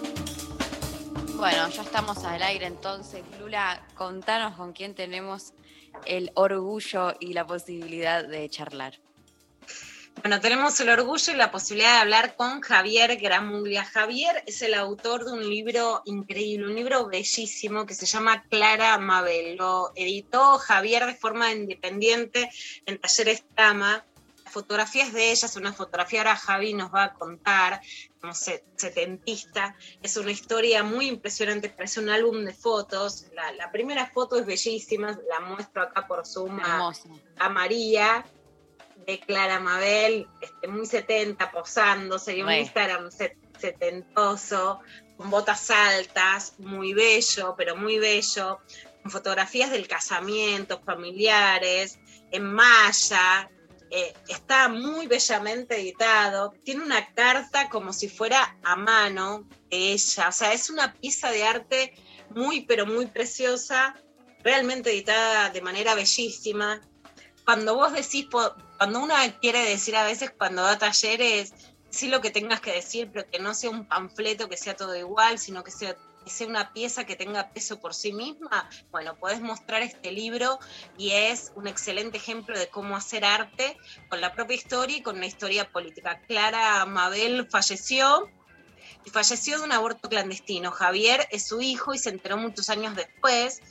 Speaker 4: Bueno, ya estamos al aire entonces. Lula, contanos con quién tenemos el orgullo y la posibilidad de charlar.
Speaker 3: Bueno, tenemos el orgullo y la posibilidad de hablar con Javier Gramuglia. Javier es el autor de un libro increíble, un libro bellísimo que se llama Clara Mabel. Lo editó Javier de forma independiente en Talleres Trama. Las fotografías de ella, es una fotografía, ahora Javi nos va a contar, como setentista. Es una historia muy impresionante, parece un álbum de fotos. La primera foto es bellísima, la muestro acá por Zoom a María, de Clara Mabel, muy 70, posándose, y un Instagram setentoso, con botas altas, muy bello, pero muy bello, con fotografías del casamiento, familiares, en malla, está muy bellamente editado, tiene una carta como si fuera a mano de ella, o sea, es una pieza de arte muy, pero muy preciosa, realmente editada de manera bellísima. Cuando vos decís, cuando uno quiere decir a veces cuando da talleres, sí lo que tengas que decir, pero que no sea un panfleto que sea todo igual, sino que sea una pieza que tenga peso por sí misma, bueno, podés mostrar este libro y es un excelente ejemplo de cómo hacer arte con la propia historia y con una historia política. Clara Mabel falleció de un aborto clandestino. Javier es su hijo y se enteró muchos años después.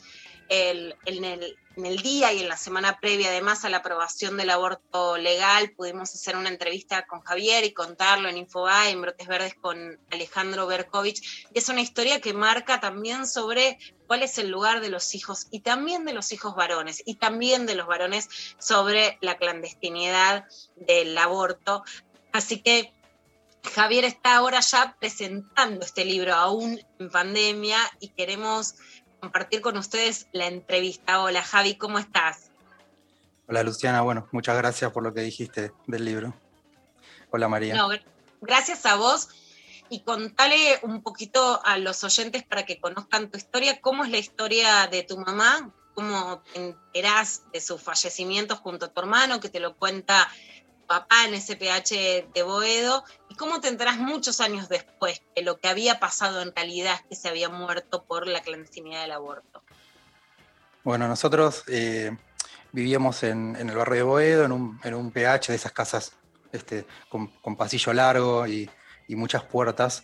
Speaker 3: En el día y en la semana previa, además, a la aprobación del aborto legal, pudimos hacer una entrevista con Javier y contarlo en Infobae, en Brotes Verdes, con Alejandro Berkovich. Y es una historia que marca también sobre cuál es el lugar de los hijos, y también de los hijos varones, y también de los varones sobre la clandestinidad del aborto. Así que Javier está ahora ya presentando este libro, aún en pandemia, y queremos compartir con ustedes la entrevista. Hola Javi, ¿cómo estás?
Speaker 18: Hola Luciana, bueno, muchas gracias por lo que dijiste del libro. Hola María.
Speaker 3: No, gracias a vos, y contale un poquito a los oyentes para que conozcan tu historia. ¿Cómo es la historia de tu mamá? ¿Cómo te enterás de su fallecimiento junto a tu hermano, que te lo cuenta papá en SPH de Boedo? ¿Y cómo te enterás muchos años después que lo que había pasado en realidad es que se había muerto por la clandestinidad del aborto?
Speaker 18: Bueno, nosotros vivíamos en el barrio de Boedo, en un PH de esas casas con pasillo largo y muchas puertas.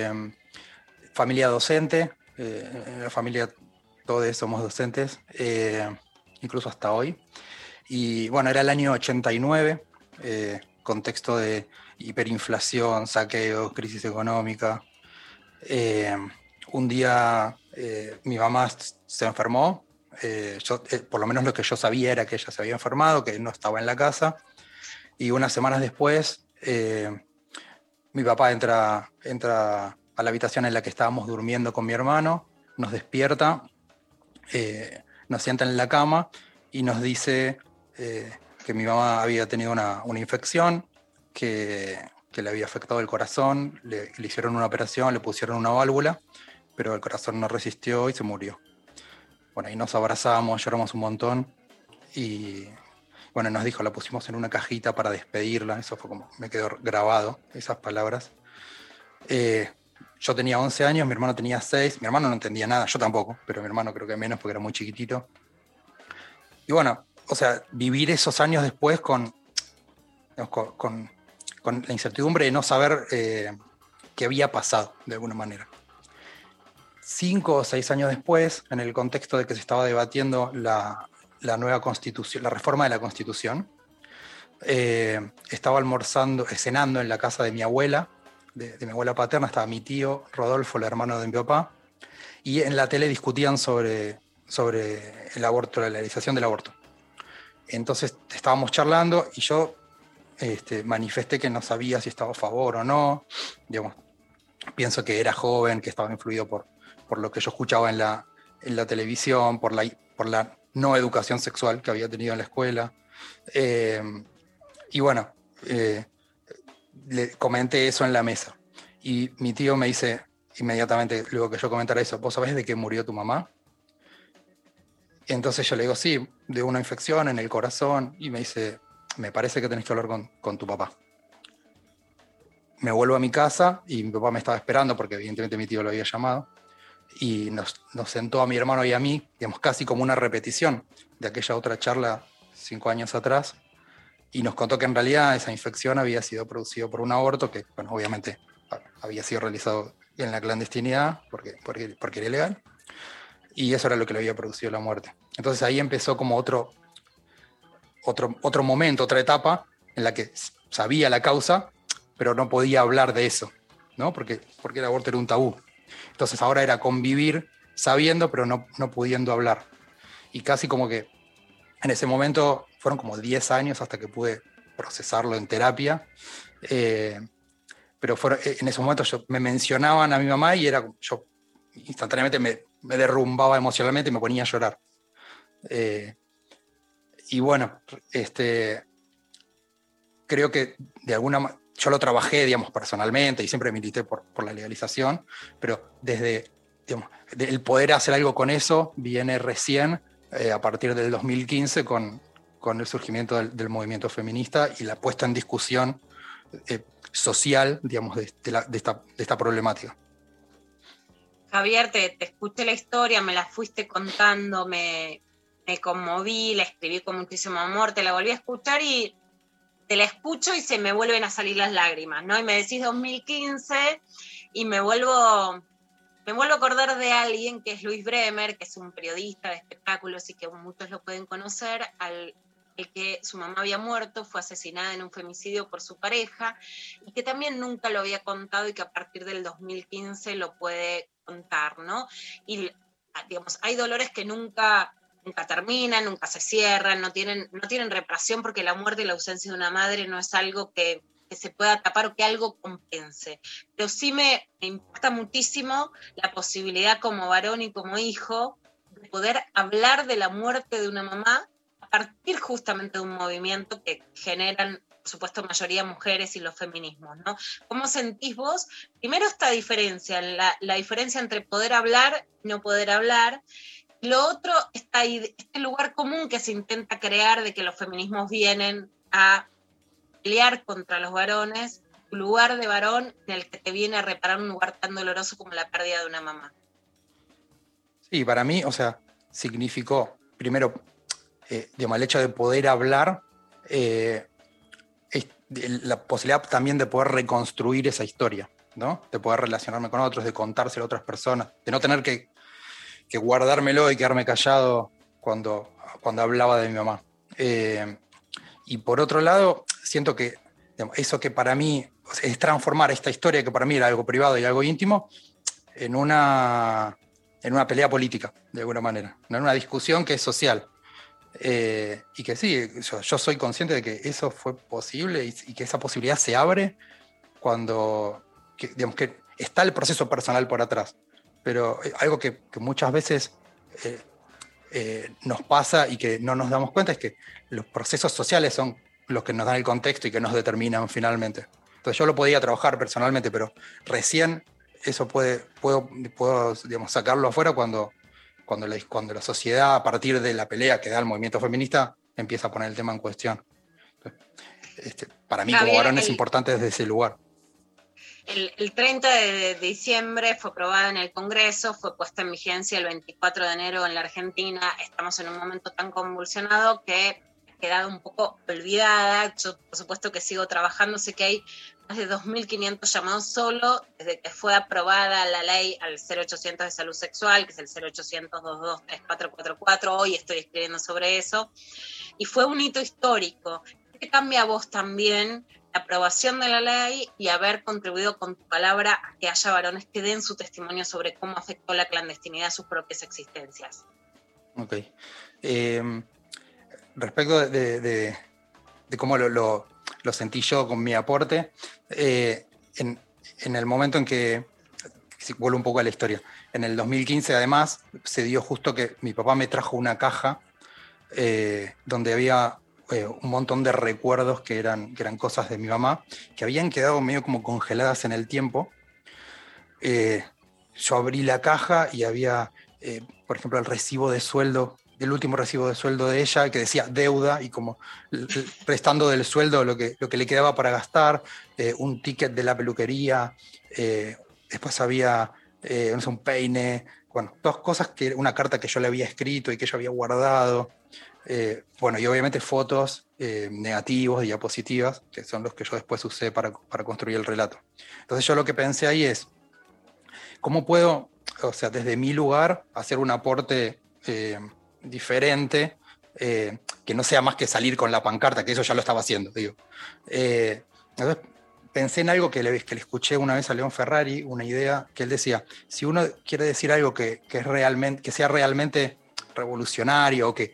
Speaker 18: Familia docente, en la familia todos somos docentes, incluso hasta hoy. Y bueno, era el año 89, contexto de hiperinflación, saqueos, crisis económica. Un día mi mamá se enfermó. Por lo menos lo que yo sabía era que ella se había enfermado, que no estaba en la casa. Y unas semanas después, mi papá entra a la habitación en la que estábamos durmiendo con mi hermano, nos despierta, nos sienta en la cama y nos dice que mi mamá había tenido una infección, que le había afectado el corazón, le hicieron una operación, le pusieron una válvula, pero el corazón no resistió y se murió. Bueno, y nos abrazamos, lloramos un montón y bueno, nos dijo, la pusimos en una cajita para despedirla, eso fue como, me quedó grabado, esas palabras. Yo tenía 11 años, mi hermano tenía 6, mi hermano no entendía nada, yo tampoco, pero mi hermano creo que menos porque era muy chiquitito. Y bueno, o sea, vivir esos años después con la incertidumbre de no saber qué había pasado, de alguna manera. 5 o 6 años después, en el contexto de que se estaba debatiendo la nueva constitución, la reforma de la constitución, estaba cenando en la casa de mi abuela, de mi abuela paterna, estaba mi tío Rodolfo, el hermano de mi papá, y en la tele discutían sobre el aborto, la legalización del aborto. Entonces estábamos charlando y yo manifesté que no sabía si estaba a favor o no. Digamos, pienso que era joven, que estaba influido por lo que yo escuchaba en la televisión, por la no educación sexual que había tenido en la escuela. Y bueno, le comenté eso en la mesa. Y mi tío me dice inmediatamente, luego que yo comentara eso, ¿vos sabés de qué murió tu mamá? Y entonces yo le digo, sí, de una infección en el corazón. Y me dice, me parece que tenés que hablar con tu papá. Me vuelvo a mi casa y mi papá me estaba esperando porque evidentemente mi tío lo había llamado y nos sentó a mi hermano y a mí, digamos, casi como una repetición de aquella otra charla 5 años atrás, y nos contó que en realidad esa infección había sido producida por un aborto que, bueno, obviamente había sido realizado en la clandestinidad porque era ilegal, y eso era lo que le había producido la muerte. Entonces ahí empezó como otro momento, otra etapa en la que sabía la causa, pero no podía hablar de eso, ¿no? Porque el aborto era un tabú. Entonces ahora era convivir sabiendo, pero no pudiendo hablar. Y casi como que en ese momento fueron como 10 años hasta que pude procesarlo en terapia. Pero en ese momento me mencionaban a mi mamá y yo instantáneamente me derrumbaba emocionalmente y me ponía a llorar. Y bueno, creo que de alguna manera yo lo trabajé, digamos, personalmente y siempre milité por la legalización, pero desde, digamos, el poder hacer algo con eso viene recién a partir del 2015 con el surgimiento del movimiento feminista y la puesta en discusión social, digamos, de esta problemática.
Speaker 3: Javier, te escuché la historia, me la fuiste contando, me conmoví, la escribí con muchísimo amor, te la volví a escuchar y te la escucho y se me vuelven a salir las lágrimas, ¿no? Y me decís 2015 y me vuelvo a acordar de alguien que es Luis Bremer, que es un periodista de espectáculos y que muchos lo pueden conocer, el que su mamá había muerto, fue asesinada en un femicidio por su pareja y que también nunca lo había contado y que a partir del 2015 lo puede contar, ¿no? Y, digamos, hay dolores que nunca terminan, nunca se cierran, no tienen reparación porque la muerte y la ausencia de una madre no es algo que se pueda tapar o que algo compense. Pero sí me impacta muchísimo la posibilidad como varón y como hijo de poder hablar de la muerte de una mamá a partir justamente de un movimiento que generan, por supuesto, mayoría mujeres y los feminismos, ¿no? ¿Cómo sentís vos? Primero esta diferencia, la diferencia entre poder hablar y no poder hablar. Lo otro, este lugar común que se intenta crear de que los feminismos vienen a pelear contra los varones, un lugar de varón en el que te viene a reparar un lugar tan doloroso como la pérdida de una mamá.
Speaker 18: Sí, para mí, o sea, significó, primero, digamos, el hecho de poder hablar, la posibilidad también de poder reconstruir esa historia, ¿no? De poder relacionarme con otros, de contárselo a otras personas, de no tener que guardármelo y quedarme callado cuando hablaba de mi mamá. Y por otro lado, siento que, digamos, eso que para mí es transformar esta historia que para mí era algo privado y algo íntimo en una pelea política, de alguna manera, ¿no? En una discusión que es social. Y que sí, yo soy consciente de que eso fue posible y que esa posibilidad se abre cuando digamos, que está el proceso personal por atrás. Pero algo que muchas veces nos pasa y que no nos damos cuenta es que los procesos sociales son los que nos dan el contexto y que nos determinan finalmente. Entonces yo lo podía trabajar personalmente, pero recién eso puedo digamos, sacarlo afuera cuando la sociedad, a partir de la pelea que da el movimiento feminista, empieza a poner el tema en cuestión. Para mí, Javier, como varón, es importante desde ese lugar.
Speaker 3: El 30 de diciembre fue aprobada en el Congreso, fue puesta en vigencia el 24 de enero en la Argentina. Estamos en un momento tan convulsionado que ha quedado un poco olvidada. Yo, por supuesto, que sigo trabajando. Sé que hay más de 2.500 llamados solo desde que fue aprobada la ley al 0800 de salud sexual, que es el 0800-22-3444. Hoy estoy escribiendo sobre eso. Y fue un hito histórico. ¿Qué cambia a vos también la aprobación de la ley y haber contribuido con tu palabra a que haya varones que den su testimonio sobre cómo afectó la clandestinidad a sus propias existencias?
Speaker 18: Ok. Respecto de cómo lo sentí yo con mi aporte, en el momento en que, si vuelvo un poco a la historia, en el 2015 además se dio justo que mi papá me trajo una caja donde había un montón de recuerdos que eran cosas de mi mamá, que habían quedado medio como congeladas en el tiempo. Yo abrí la caja y había, por ejemplo, el recibo de sueldo del último recibo de sueldo de ella, que decía deuda, y como restando del sueldo lo que le quedaba para gastar, un ticket de la peluquería, después había no sé, un peine, bueno, todas cosas, una carta que yo le había escrito y que ella había guardado, bueno, y obviamente fotos, negativos, diapositivas, que son los que yo después usé para construir el relato. Entonces yo lo que pensé ahí es, ¿cómo puedo, o sea, desde mi lugar, hacer un aporte diferente, que no sea más que salir con la pancarta, que eso ya lo estaba haciendo, digo. Entonces pensé en algo que le escuché una vez a León Ferrari, una idea que él decía, si uno quiere decir algo que sea realmente revolucionario, que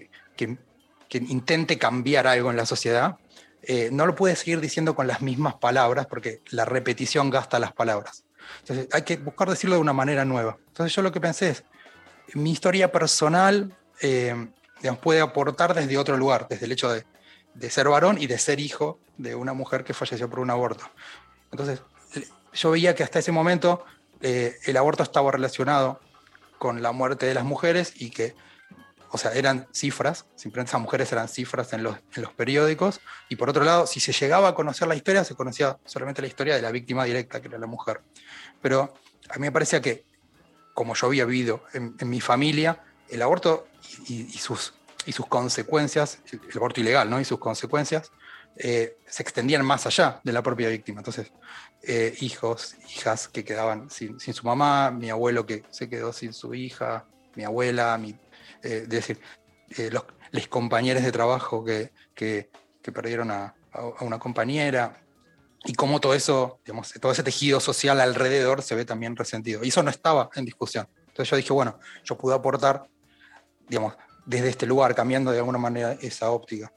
Speaker 18: intente cambiar algo en la sociedad, no lo puede seguir diciendo con las mismas palabras, porque la repetición gasta las palabras. Entonces hay que buscar decirlo de una manera nueva. Entonces yo lo que pensé es, mi historia personal digamos, puede aportar desde otro lugar, desde el hecho de ser varón y de ser hijo de una mujer que falleció por un aborto. Entonces yo veía que hasta ese momento el aborto estaba relacionado con la muerte de las mujeres y que, o sea, eran cifras, simplemente esas mujeres eran cifras en los periódicos, y por otro lado, si se llegaba a conocer la historia, se conocía solamente la historia de la víctima directa, que era la mujer. Pero a mí me parecía que, como yo había vivido en mi familia, el aborto y sus consecuencias, el aborto ilegal, ¿no? Y sus consecuencias se extendían más allá de la propia víctima. Entonces, hijos, hijas que quedaban sin su mamá, mi abuelo que se quedó sin su hija, mi abuela, es decir, los compañeros de trabajo que perdieron a una compañera, y cómo todo eso, digamos, todo ese tejido social alrededor se ve también resentido. Y eso no estaba en discusión. Entonces yo dije, bueno, yo pude aportar, digamos, desde este lugar, cambiando de alguna manera esa óptica.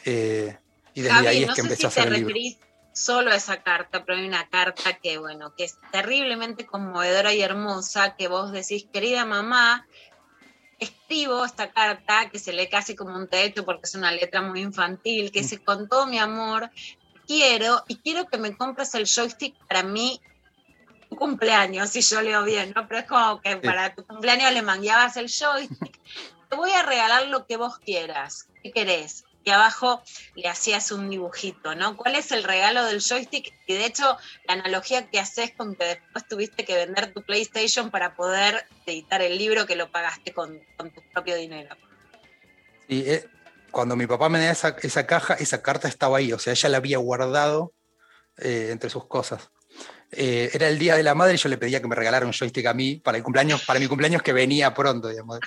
Speaker 18: Y desde
Speaker 3: Javi,
Speaker 18: ahí es
Speaker 3: no
Speaker 18: que
Speaker 3: sé
Speaker 18: empecé
Speaker 3: si
Speaker 18: a hacer
Speaker 3: te
Speaker 18: el libro.
Speaker 3: referís solo a esa carta, pero hay una carta que, bueno, que es terriblemente conmovedora y hermosa, que vos decís, querida mamá, escribo esta carta, que se lee casi como un texto porque es una letra muy infantil, que dice, con todo mi amor, quiero que me compres el joystick para mí, tu cumpleaños, si yo leo bien, ¿no? Pero es como que para tu cumpleaños le mangueabas el joystick, te voy a regalar lo que vos quieras, ¿qué querés? Y abajo le hacías un dibujito, ¿no? ¿Cuál es el regalo del joystick? Y de hecho, la analogía que haces con que después tuviste que vender tu PlayStation para poder editar el libro que lo pagaste con tu propio dinero.
Speaker 18: Sí, cuando mi papá me da esa caja, esa carta estaba ahí, o sea, ella la había guardado entre sus cosas. Era el Día de la Madre y yo le pedía que me regalara un joystick a mí para mi cumpleaños que venía pronto, digamos.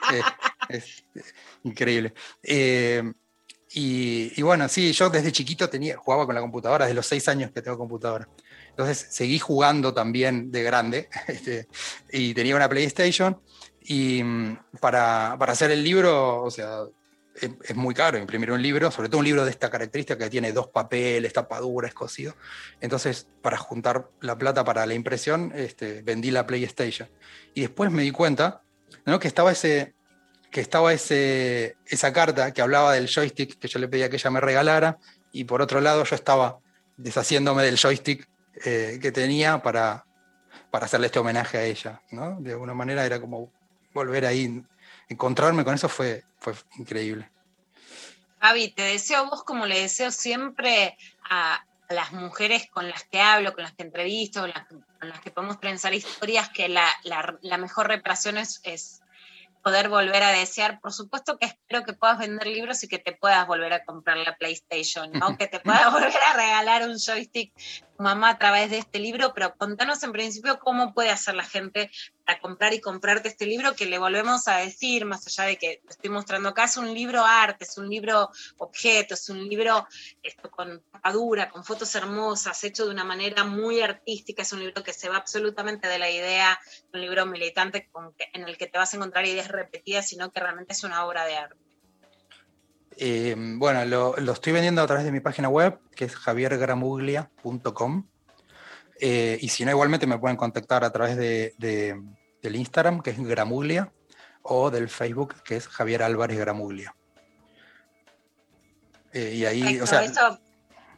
Speaker 18: Es increíble. Y bueno, sí, yo desde chiquito jugaba con la computadora, desde los 6 años que tengo computadora. Entonces seguí jugando también de grande, y tenía una PlayStation, y para hacer el libro, o sea, es muy caro imprimir un libro, sobre todo un libro de esta característica que tiene 2 papeles, tapadura, escocido. Entonces, para juntar la plata para la impresión, vendí la PlayStation. Y después me di cuenta, ¿no?, que estaba esa carta que hablaba del joystick que yo le pedía que ella me regalara, y por otro lado yo estaba deshaciéndome del joystick que tenía para hacerle este homenaje a ella, ¿no? De alguna manera era como volver ahí, encontrarme con eso fue increíble.
Speaker 3: Javi, te deseo vos como le deseo siempre a las mujeres con las que hablo, con las que entrevisto, con las que podemos pensar historias, que la mejor reparación es poder volver a desear. Por supuesto que espero que puedas vender libros y que te puedas volver a comprar la PlayStation, ¿no? Que te puedas volver a regalar un joystick tu mamá a través de este libro, pero contanos en principio cómo puede hacer la gente para comprar y comprarte este libro, que le volvemos a decir, más allá de que lo estoy mostrando acá, es un libro arte, es un libro objeto, es un libro con tapadura, con fotos hermosas, hecho de una manera muy artística, es un libro que se va absolutamente de la idea de un libro militante en el que te vas a encontrar ideas repetidas, sino que realmente es una obra de arte.
Speaker 18: Bueno, lo estoy vendiendo a través de mi página web, que es javiergramuglia.com, y si no, igualmente me pueden contactar a través del Instagram, que es Gramuglia, o del Facebook, que es Javier Álvarez Gramuglia. Y ahí,
Speaker 3: Perfecto,
Speaker 18: o sea,
Speaker 3: eso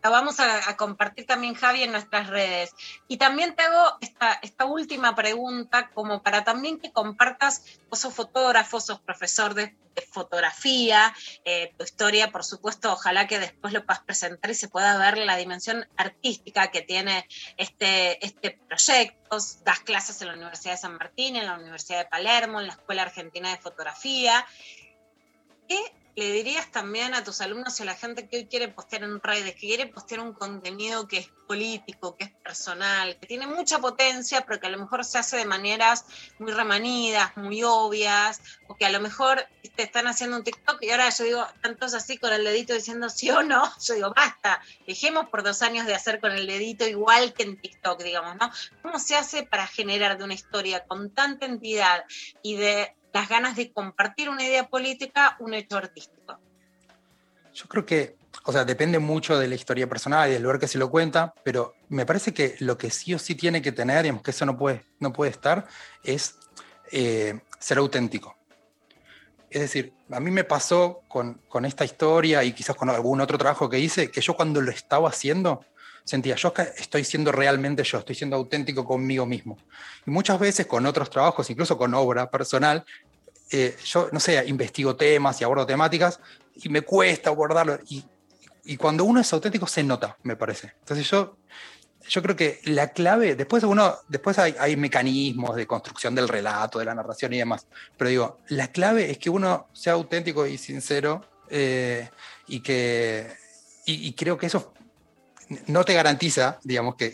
Speaker 3: La vamos a compartir también, Javi, en nuestras redes. Y también te hago esta última pregunta, como para también que compartas, vos sos fotógrafo, sos profesor de fotografía, tu historia, por supuesto, ojalá que después lo puedas presentar y se pueda ver la dimensión artística que tiene este proyecto. Das clases en la Universidad de San Martín, en la Universidad de Palermo, en la Escuela Argentina de Fotografía. ¿Qué le dirías también a tus alumnos y a la gente que hoy quiere postear en redes, que quiere postear un contenido que es político, que es personal, que tiene mucha potencia, pero que a lo mejor se hace de maneras muy remanidas, muy obvias, o que a lo mejor te están haciendo un TikTok y ahora yo digo, tantos así con el dedito diciendo sí o no? Yo digo, basta, dejemos por 2 años de hacer con el dedito igual que en TikTok, digamos, ¿no? ¿Cómo se hace para generar de una historia con tanta entidad y de las ganas de compartir una idea política, un hecho artístico?
Speaker 18: Yo creo que, o sea, depende mucho de la historia personal y del lugar que se lo cuenta, pero me parece que lo que sí o sí tiene que tener, digamos que eso no puede estar, es ser auténtico. Es decir, a mí me pasó con esta historia y quizás con algún otro trabajo que hice, que yo cuando lo estaba haciendo, sentía, yo estoy siendo realmente yo, estoy siendo auténtico conmigo mismo. Y muchas veces con otros trabajos, incluso con obra personal, yo, no sé, investigo temas y abordo temáticas y me cuesta abordarlo. Y cuando uno es auténtico se nota, me parece. Entonces yo creo que la clave, después hay mecanismos de construcción del relato, de la narración y demás, pero digo, la clave es que uno sea auténtico y sincero y creo que eso no te garantiza, digamos, que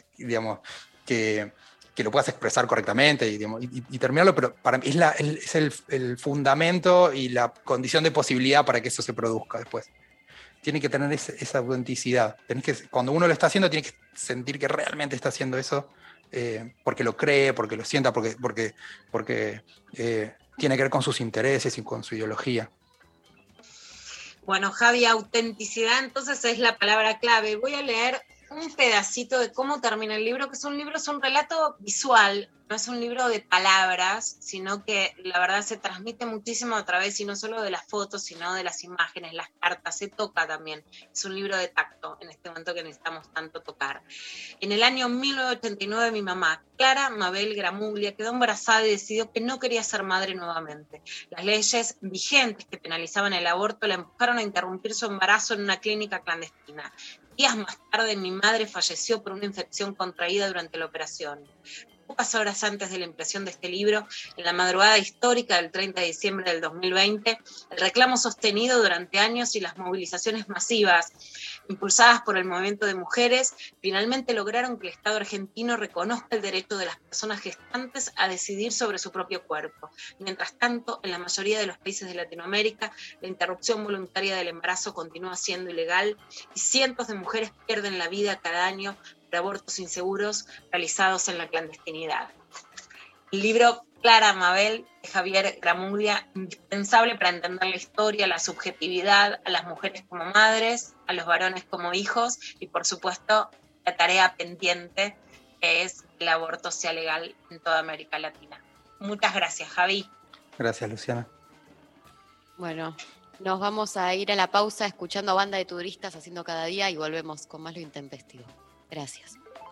Speaker 18: lo puedas expresar correctamente y terminarlo, pero para mí es el fundamento y la condición de posibilidad para que eso se produzca después. Tiene que tener esa autenticidad. Cuando uno lo está haciendo, tiene que sentir que realmente está haciendo eso porque lo cree, porque lo sienta, porque tiene que ver con sus intereses y con su ideología.
Speaker 3: Bueno, Javi, autenticidad entonces es la palabra clave. Voy a leer un pedacito de cómo termina el libro, que es un relato visual, no es un libro de palabras, sino que la verdad se transmite muchísimo a través, y no solo de las fotos, sino de las imágenes, las cartas, se toca también. Es un libro de tacto, en este momento que necesitamos tanto tocar. En el año 1989 mi mamá, Clara Mabel Gramuglia, quedó embarazada y decidió que no quería ser madre nuevamente. Las leyes vigentes que penalizaban el aborto la empujaron a interrumpir su embarazo en una clínica clandestina. Días más tarde, mi madre falleció por una infección contraída durante la operación. Pocas horas antes de la impresión de este libro, en la madrugada histórica del 30 de diciembre del 2020, el reclamo sostenido durante años y las movilizaciones masivas impulsadas por el movimiento de mujeres finalmente lograron que el Estado argentino reconozca el derecho de las personas gestantes a decidir sobre su propio cuerpo. Mientras tanto, en la mayoría de los países de Latinoamérica, la interrupción voluntaria del embarazo continúa siendo ilegal y cientos de mujeres pierden la vida cada año por abortos inseguros realizados en la clandestinidad. El libro Clara Mabel de Javier Gramuglia, indispensable para entender la historia, la subjetividad, a las mujeres como madres, a los varones como hijos y, por supuesto, la tarea pendiente que es que el aborto sea legal en toda América Latina. Muchas gracias, Javi.
Speaker 18: Gracias, Luciana.
Speaker 4: Bueno, nos vamos a ir a la pausa escuchando a Banda de Turistas haciendo cada día y volvemos con más Lo Intempestivo. Gracias.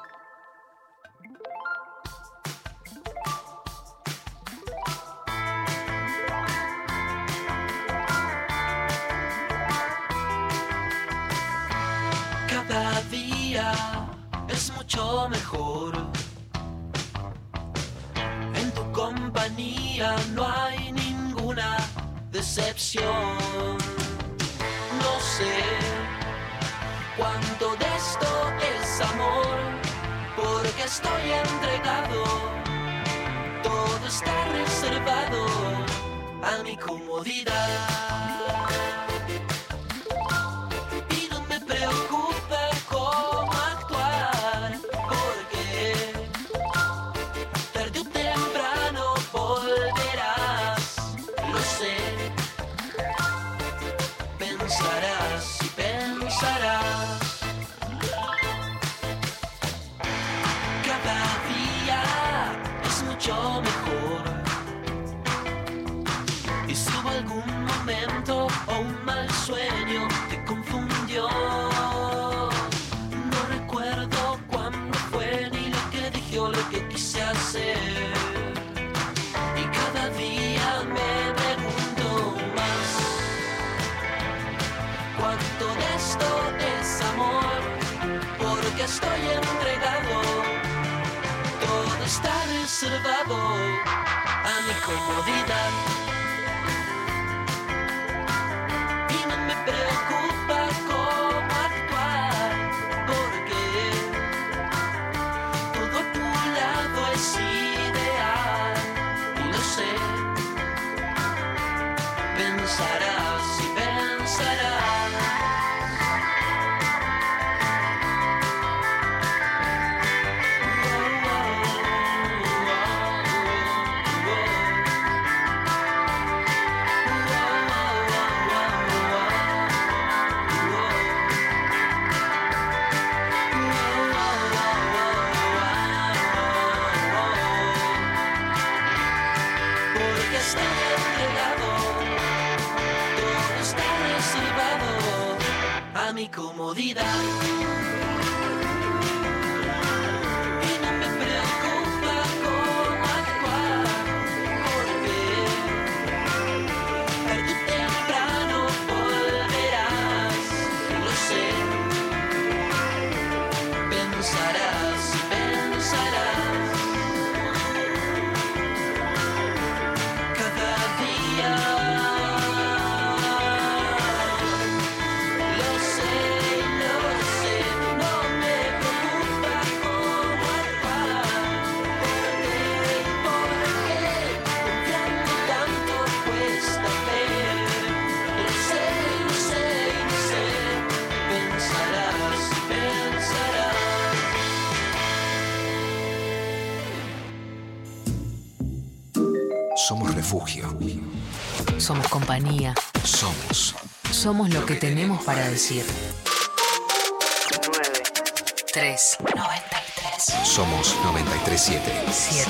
Speaker 19: Cada día es mucho mejor. En tu compañía no hay ninguna decepción. No sé cuánto de esto es amor, porque estoy entregado. Todo está reservado a mi comodidad. Y no me preocupa cómo actuar, porque tarde o temprano volverás. Lo sé, pensarás y pensarás. Cada día es mucho mejor. Y si hubo algún momento o un mal sueño te confundió, reservado a mi comodidad. Y no me preocupa cómo actuar, porque todo a tu lado es ideal. Y lo sé, pensarás y pensarás. Porque está entregado, todo está reservado a mi comodidad. Y no me preocupa cómo actuar, porque tarde o temprano volverás. Lo sé, pensarás y pensarás. Cada día lo sé, no me preocupa cómo actuar. Porque confiando tanto cuesta ver. Lo sé, pensarás y pensarás.
Speaker 7: Somos refugio.
Speaker 8: Somos compañía. Somos lo que tenemos para decir. 9. 3. 93.
Speaker 7: Somos 93.7.
Speaker 8: 7.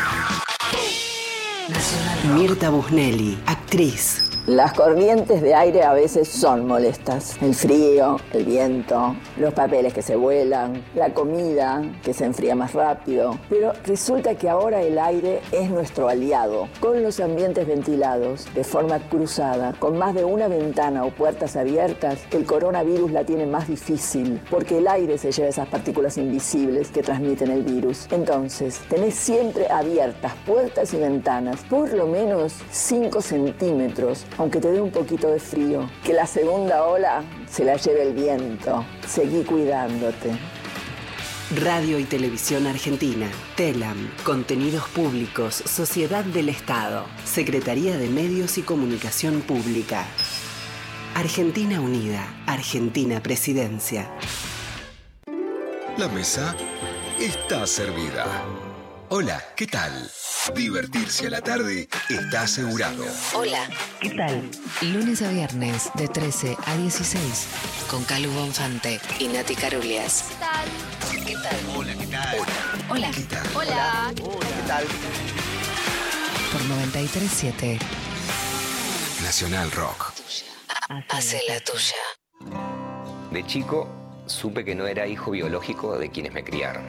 Speaker 8: Nacional.
Speaker 20: Mirta Busnelli, actriz.
Speaker 21: Las corrientes de aire a veces son molestas. El frío, el viento, los papeles que se vuelan, la comida que se enfría más rápido. Pero resulta que ahora el aire es nuestro aliado. Con los ambientes ventilados, de forma cruzada, con más de una ventana o puertas abiertas, el coronavirus la tiene más difícil, porque el aire se lleva esas partículas invisibles que transmiten el virus. Entonces, tenés siempre abiertas puertas y ventanas, por lo menos 5 centímetros, aunque te dé un poquito de frío. Que la segunda ola se la lleve el viento. Seguí cuidándote.
Speaker 20: Radio y Televisión Argentina. TELAM. Contenidos Públicos. Sociedad del Estado. Secretaría de Medios y Comunicación Pública. Argentina Unida. Argentina Presidencia.
Speaker 7: La mesa está servida. Hola, ¿qué tal? Divertirse a la tarde está asegurado.
Speaker 8: Hola.
Speaker 20: ¿Qué tal?
Speaker 8: Lunes a viernes de 13 a 16 con Calu Bonfante y Nati Carulias.
Speaker 1: ¿Qué tal?
Speaker 7: Hola, ¿qué tal?
Speaker 8: Hola.
Speaker 7: ¿Qué tal?
Speaker 1: Hola.
Speaker 2: ¿Qué tal?
Speaker 8: Por 93.7.
Speaker 7: Nacional Rock.
Speaker 8: Hace la tuya.
Speaker 22: De chico, supe que no era hijo biológico de quienes me criaron.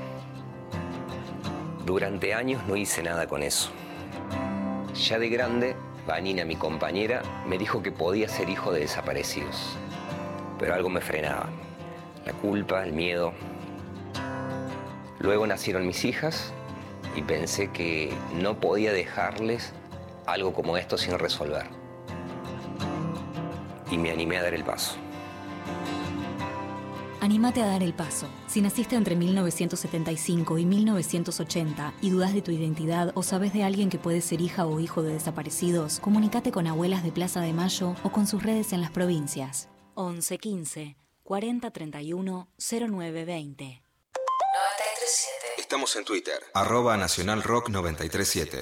Speaker 22: Durante años no hice nada con eso. Ya de grande, Vanina, mi compañera, me dijo que podía ser hijo de desaparecidos. Pero algo me frenaba. La culpa, el miedo. Luego nacieron mis hijas y pensé que no podía dejarles algo como esto sin resolver. Y me animé a dar el paso.
Speaker 23: Anímate a dar el paso. Si naciste entre 1975 y 1980 y dudas de tu identidad o sabes de alguien que puede ser hija o hijo de desaparecidos, comunícate con Abuelas de Plaza de Mayo o con sus redes en las provincias. 11 15 40 31 09 20.
Speaker 8: 93.7.
Speaker 7: Estamos en Twitter. @nacionalrock937.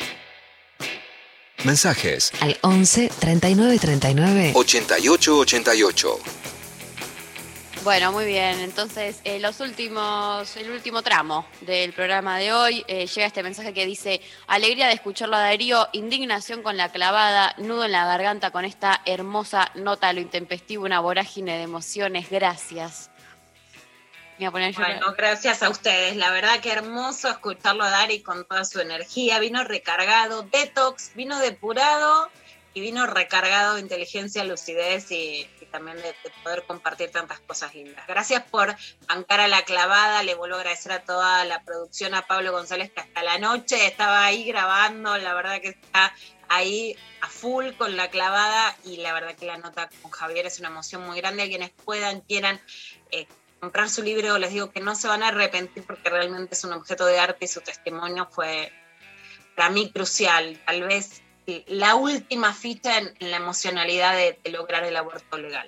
Speaker 7: Mensajes.
Speaker 8: Al 11 39 39
Speaker 7: 88 88.
Speaker 4: Bueno, muy bien. Entonces, el último tramo del programa de hoy, llega este mensaje que dice: alegría de escucharlo a Darío, indignación con la clavada, nudo en la garganta con esta hermosa nota a lo intempestivo, una vorágine de emociones. Gracias. Me voy a poner a llorar.
Speaker 3: Bueno, gracias a ustedes. La verdad que hermoso escucharlo a Dari con toda su energía. Vino recargado, detox, vino depurado y vino recargado de inteligencia, lucidez y también de poder compartir tantas cosas lindas. Gracias por bancar a La Clavada, le vuelvo a agradecer a toda la producción, a Pablo González, que hasta la noche estaba ahí grabando, la verdad que está ahí a full con La Clavada, y la verdad que la nota con Javier es una emoción muy grande. A quienes quieran comprar su libro, les digo que no se van a arrepentir, porque realmente es un objeto de arte y su testimonio fue para mí crucial, tal vez la última ficha en la emocionalidad de lograr el aborto legal.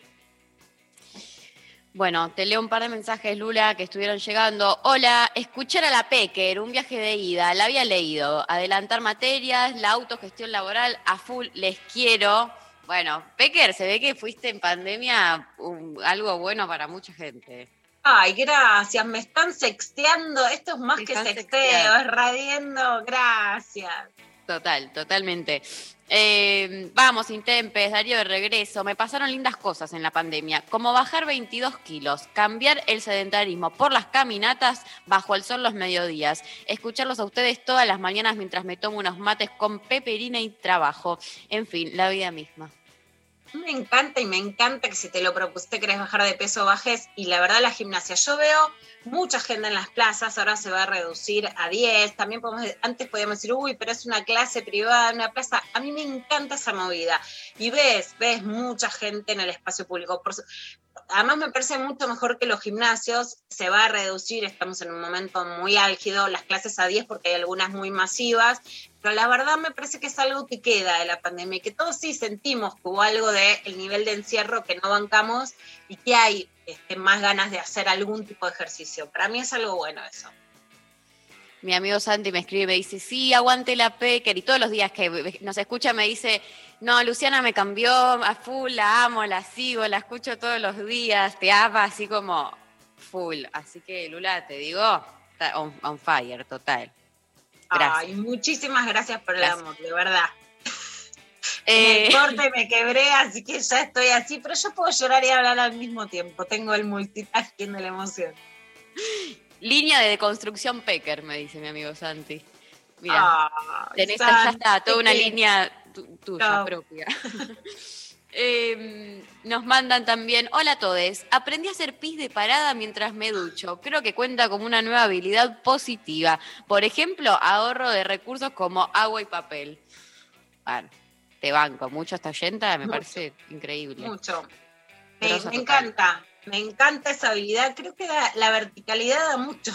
Speaker 4: Bueno, te leo un par de mensajes, Lula, que estuvieron llegando. Hola, escuchar a la Pecker, un viaje de ida, la había leído. Adelantar materias, la autogestión laboral, a full, les quiero. Bueno, Pecker, se ve que fuiste en pandemia algo bueno para mucha gente.
Speaker 3: Ay, gracias, me están sexteando. Esto es más que sexteo, es radiendo, gracias.
Speaker 4: Totalmente. Vamos, Intempes, Darío de regreso. Me pasaron lindas cosas en la pandemia, como bajar 22 kilos, cambiar el sedentarismo por las caminatas bajo el sol los mediodías, escucharlos a ustedes todas las mañanas mientras me tomo unos mates con peperina y trabajo. En fin, la vida misma.
Speaker 3: Me encanta que si te lo propusiste querés bajar de peso, bajes. Y la verdad, la gimnasia, yo veo mucha gente en las plazas, ahora se va a reducir a 10, también antes podíamos decir, pero es una clase privada, una plaza. A mí me encanta esa movida, y ves mucha gente en el espacio público. Además me parece mucho mejor que los gimnasios, se va a reducir, estamos en un momento muy álgido, las clases a 10 porque hay algunas muy masivas, pero la verdad me parece que es algo que queda de la pandemia, y que todos sí sentimos que hubo algo del nivel de encierro que no bancamos, y que hay más ganas de hacer algún tipo de ejercicio. Para mí es algo bueno eso.
Speaker 4: Mi amigo Santi me escribe y me dice, sí, aguante la Pecker, y todos los días que nos escucha me dice, no, Luciana me cambió a full, la amo, la sigo, la escucho todos los días, te ama así como full. Así que, Lula, te digo, está on fire, total. Gracias.
Speaker 3: Ay, muchísimas gracias por el amor, de verdad. En el corte me quebré, así que ya estoy así, pero yo puedo llorar y hablar al mismo tiempo, tengo el multitasking de la emoción.
Speaker 4: Línea de deconstrucción Pecker, me dice mi amigo Santi. Mira, tenés ya está, toda una línea tuya propia. Nos mandan también, hola a todos, aprendí a hacer pis de parada mientras me ducho. Creo que cuenta como una nueva habilidad positiva. Por ejemplo, ahorro de recursos como agua y papel. Bueno, te banco mucho esta oyenta, me parece increíble.
Speaker 3: Mucho. Me encanta esa habilidad. Creo que la verticalidad da mucho.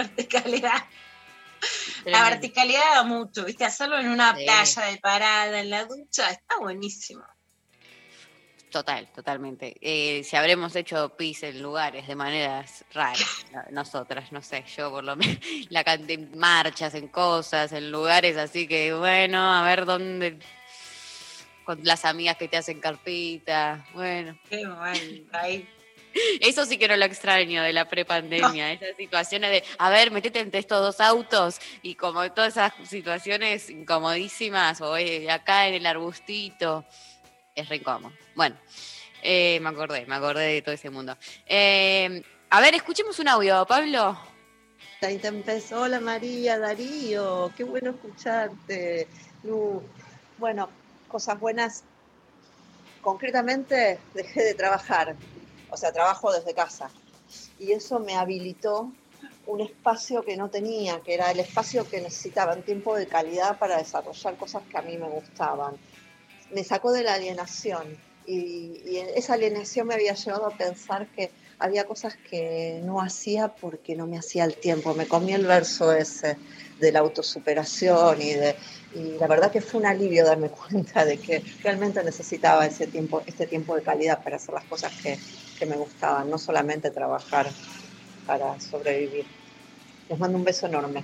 Speaker 3: La verticalidad da mucho, ¿viste? Hacerlo en una playa de parada, en la ducha, está buenísimo.
Speaker 4: Totalmente. Si habremos hecho pis en lugares de maneras raras, nosotras, no sé, yo por lo menos, en marchas, en cosas, en lugares así que, bueno, a ver dónde, con las amigas que te hacen carpita, bueno.
Speaker 3: Qué bueno, ahí.
Speaker 4: Eso sí que no lo extraño de la prepandemia, esas situaciones de, a ver, metete entre estos dos autos, y como todas esas situaciones incomodísimas, o acá en el arbustito, es re incómodo. Bueno, me acordé de todo ese mundo. A ver, escuchemos un audio, Pablo.
Speaker 5: La Intempes, hola María, Darío, qué bueno escucharte. Bueno, cosas buenas. Concretamente, dejé de trabajar. O sea, trabajo desde casa. Y eso me habilitó un espacio que no tenía, que era el espacio que necesitaba, un tiempo de calidad para desarrollar cosas que a mí me gustaban. Me sacó de la alienación. Y esa alienación me había llevado a pensar que había cosas que no hacía porque no me hacía el tiempo. Me comí el verso ese de la autosuperación y la verdad que fue un alivio darme cuenta de que realmente necesitaba este tiempo de calidad para hacer las cosas que me gustaban, no solamente trabajar para sobrevivir. Les mando un beso enorme.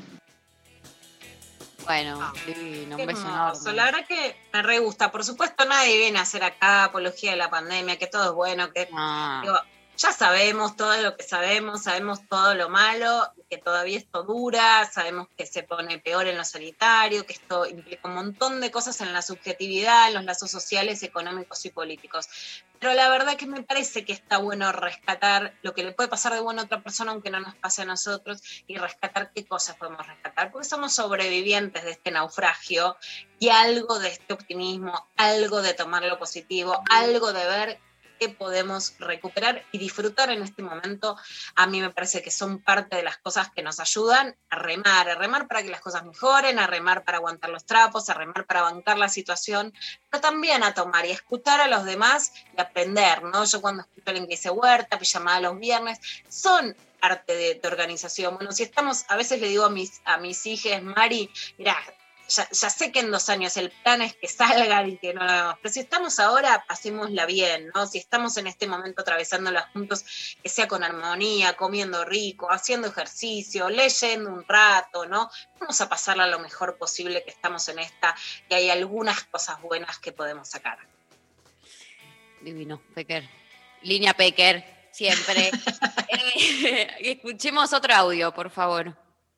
Speaker 4: Bueno, divino, un beso enorme.
Speaker 3: La verdad que me re gusta. Por supuesto, nadie viene a hacer acá apología de la pandemia, que todo es bueno, que digo, ya sabemos todo lo que sabemos todo lo malo, que todavía esto dura, sabemos que se pone peor en lo sanitario, que esto implica un montón de cosas en la subjetividad, en los lazos sociales, económicos y políticos. Pero la verdad que me parece que está bueno rescatar lo que le puede pasar de bueno a otra persona, aunque no nos pase a nosotros, y rescatar qué cosas podemos rescatar, porque somos sobrevivientes de este naufragio, y algo de este optimismo, algo de tomar lo positivo, algo de ver qué podemos recuperar y disfrutar en este momento. A mí me parece que son parte de las cosas que nos ayudan a remar para que las cosas mejoren, a remar para aguantar los trapos, a remar para bancar la situación, pero también a tomar y escuchar a los demás y aprender, ¿no? Yo cuando escucho a alguien que dice huerta, pijamada los viernes, son parte de organización. Bueno, si estamos, a veces le digo a mis hijas, Mari, mirá, ya sé que en 2 años el plan es que salgan y que no lo hagamos, pero si estamos ahora, pasémosla bien, ¿no? Si estamos en este momento atravesándola juntos, que sea con armonía, comiendo rico, haciendo ejercicio, leyendo un rato, ¿no? Vamos a pasarla lo mejor posible, que estamos en esta, y hay algunas cosas buenas que podemos sacar.
Speaker 4: Divino, Pecker. Línea Pecker, siempre. Escuchemos otro audio, por favor.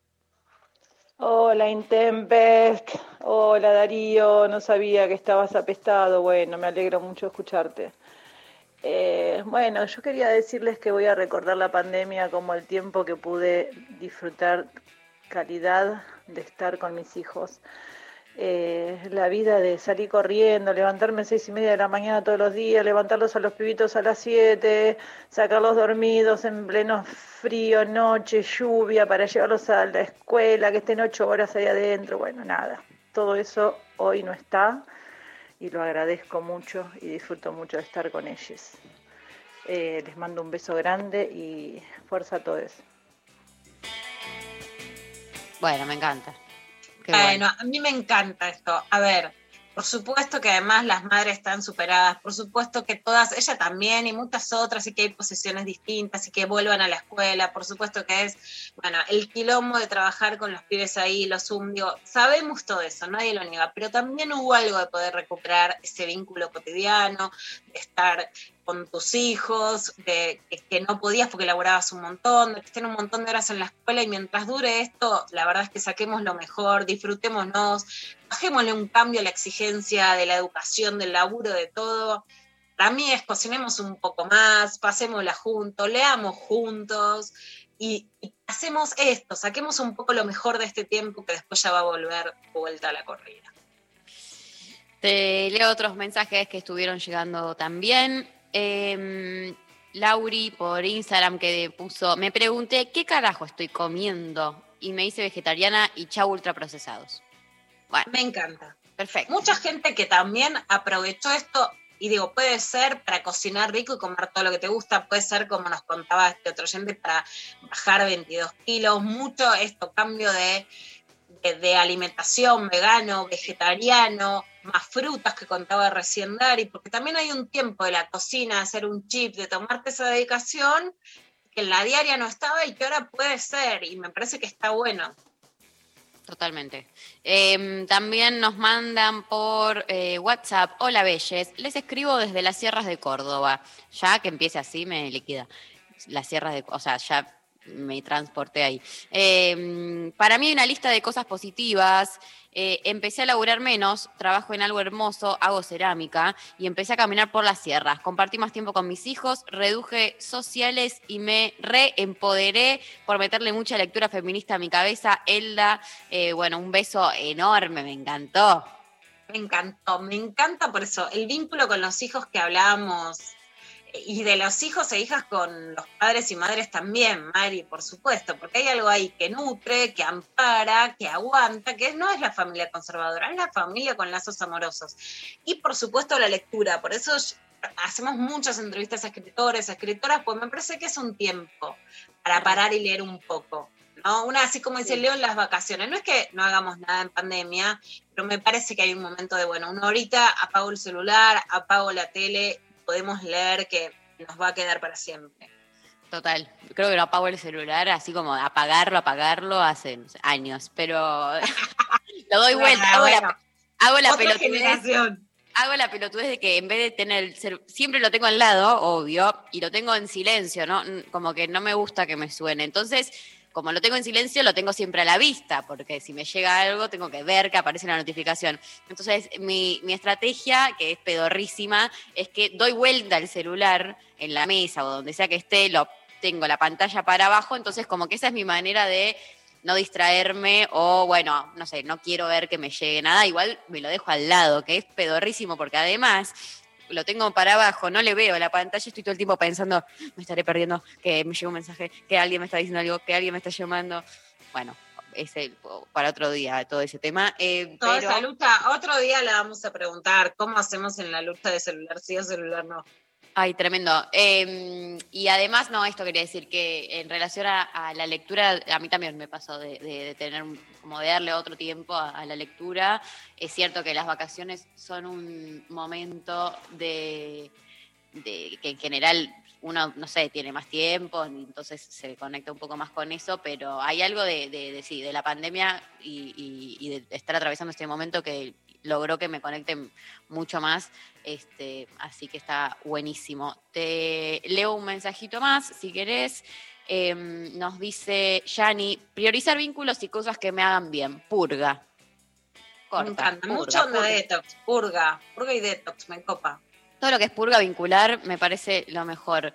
Speaker 6: Hola Intempest, hola Darío, no sabía que estabas apestado, bueno, me alegro mucho escucharte. Bueno, yo quería decirles que voy a recordar la pandemia como el tiempo que pude disfrutar calidad de estar con mis hijos. La vida de salir corriendo, levantarme 6:30 de la mañana todos los días, levantarlos a los pibitos a las 7, sacarlos dormidos en pleno frío, noche, lluvia, para llevarlos a la escuela, que estén 8 horas ahí adentro, bueno, nada, todo eso hoy no está y lo agradezco mucho y disfruto mucho de estar con ellos. Les mando un beso grande y fuerza a todos.
Speaker 4: Bueno, me encanta.
Speaker 3: Bueno, a mí me encanta esto. A ver, por supuesto que además las madres están superadas, por supuesto que todas, ella también y muchas otras, y que hay posiciones distintas y que vuelvan a la escuela, por supuesto que es, bueno, el quilombo de trabajar con los pibes ahí, los Zoom, digo, sabemos todo eso, nadie lo niega, pero también hubo algo de poder recuperar ese vínculo cotidiano, de estar con tus hijos, de que no podías porque laburabas un montón, de que estén un montón de horas en la escuela, y mientras dure esto, la verdad es que saquemos lo mejor, disfrutémonos, bajémosle un cambio a la exigencia de la educación, del laburo, de todo. Para mí es cocinemos un poco más, pasémosla juntos, leamos juntos y hacemos esto, saquemos un poco lo mejor de este tiempo que después ya va a volver vuelta a la corrida.
Speaker 4: Te leo otros mensajes que estuvieron llegando también. Lauri por Instagram que puso, me pregunté qué carajo estoy comiendo y me hice vegetariana y chau ultraprocesados. Bueno,
Speaker 3: me encanta.
Speaker 4: Perfecto.
Speaker 3: Mucha gente que también aprovechó esto y digo, puede ser para cocinar rico y comer todo lo que te gusta, puede ser como nos contaba este otro oyente para bajar 22 kilos, mucho esto, cambio de alimentación, vegano, vegetariano, más frutas que contaba recién Dari, porque también hay un tiempo de la cocina, hacer un chip, de tomarte esa dedicación, que en la diaria no estaba y que ahora puede ser, y me parece que está bueno.
Speaker 4: Totalmente. También nos mandan por WhatsApp, hola Belles, les escribo desde las sierras de Córdoba, ya que empiece así me liquida, las sierras de, o sea, ya me transporté ahí. Para mí hay una lista de cosas positivas. Empecé a laburar menos, trabajo en algo hermoso, hago cerámica y empecé a caminar por las sierras. Compartí más tiempo con mis hijos, reduje sociales y me reempoderé por meterle mucha lectura feminista a mi cabeza. Elda, bueno, un beso enorme, me encantó.
Speaker 3: Me encanta por eso. El vínculo con los hijos que hablábamos y de los hijos e hijas con los padres y madres también, Mari, por supuesto, porque hay algo ahí que nutre, que ampara, que aguanta, que no es la familia conservadora, es la familia con lazos amorosos. Y por supuesto la lectura, por eso hacemos muchas entrevistas a escritores, a escritoras, pues me parece que es un tiempo para parar y leer un poco, ¿no? Una, así como dice Leo, en las vacaciones, no es que no hagamos nada en pandemia, pero me parece que hay un momento de, bueno, una horita, apago el celular, apago la tele, podemos leer que nos va a quedar para siempre.
Speaker 4: Total, creo que no apago el celular, así como apagarlo hace no sé, años, pero lo doy vuelta, hago la pelotudez. Hago la pelotudez de que en vez de tener siempre lo tengo al lado, obvio, y lo tengo en silencio, ¿no? Como que no me gusta que me suene. Entonces, como lo tengo en silencio, lo tengo siempre a la vista, porque si me llega algo, tengo que ver que aparece la notificación. Entonces, mi estrategia, que es pedorrísima, es que doy vuelta al celular en la mesa o donde sea que esté, lo tengo la pantalla para abajo, entonces como que esa es mi manera de no distraerme o, bueno, no sé, no quiero ver que me llegue nada, igual me lo dejo al lado, que es pedorrísimo, porque además lo tengo para abajo, no le veo la pantalla, estoy todo el tiempo pensando, me estaré perdiendo, que me llegó un mensaje, que alguien me está diciendo algo, que alguien me está llamando. Bueno, para otro día todo ese tema.
Speaker 3: Toda esa lucha, otro día la vamos a preguntar, ¿cómo hacemos en la lucha de celular sí o celular no?
Speaker 4: Ay, tremendo. Y además, no, esto quería decir que en relación a la lectura, a mí también me pasó de tener, como de darle otro tiempo a la lectura. Es cierto que las vacaciones son un momento de que en general uno, no sé, tiene más tiempo, entonces se conecta un poco más con eso, pero hay algo de la pandemia y de estar atravesando este momento que logró que me conecte mucho más, así que está buenísimo. Te leo un mensajito más, si querés. Nos dice Yani, priorizar vínculos y cosas que me hagan bien. Purga. Corta,
Speaker 3: me encanta,
Speaker 4: purga,
Speaker 3: mucho
Speaker 4: purga.
Speaker 3: de detox, purga y detox, me copa.
Speaker 4: Todo lo que es purga vincular me parece lo mejor.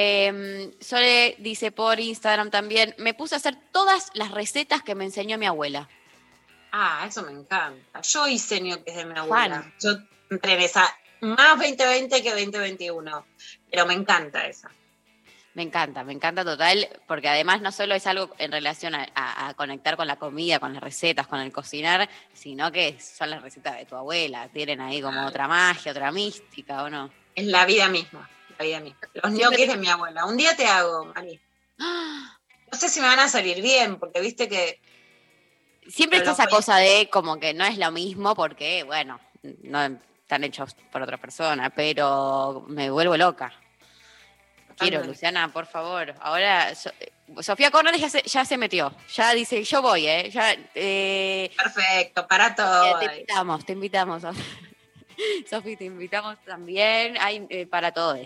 Speaker 4: Sole dice por Instagram también, me puse a hacer todas las recetas que me enseñó mi abuela.
Speaker 3: Ah, eso me encanta. Yo hice ñoquis de mi abuela.
Speaker 4: Juan.
Speaker 3: Yo entré en esa, más 2020 que 2021, pero me encanta esa.
Speaker 4: Me encanta total, porque además no solo es algo en relación a conectar con la comida, con las recetas, con el cocinar, sino que son las recetas de tu abuela, tienen ahí como otra magia, otra mística, ¿o no?
Speaker 3: Es la vida misma, la vida misma. Los ñoquis de mi abuela. Un día te hago, Mari. No sé si me van a salir bien, porque viste que...
Speaker 4: Siempre está esa cosa de como que no es lo mismo porque, bueno, no están hechos por otra persona, pero me vuelvo loca. Quiero, Luciana, por favor. Ahora, Sofía Cornell ya se metió. Ya dice, yo voy,
Speaker 3: Perfecto, para todo.
Speaker 4: Te invitamos. Sofi, te invitamos también. Hay para todos,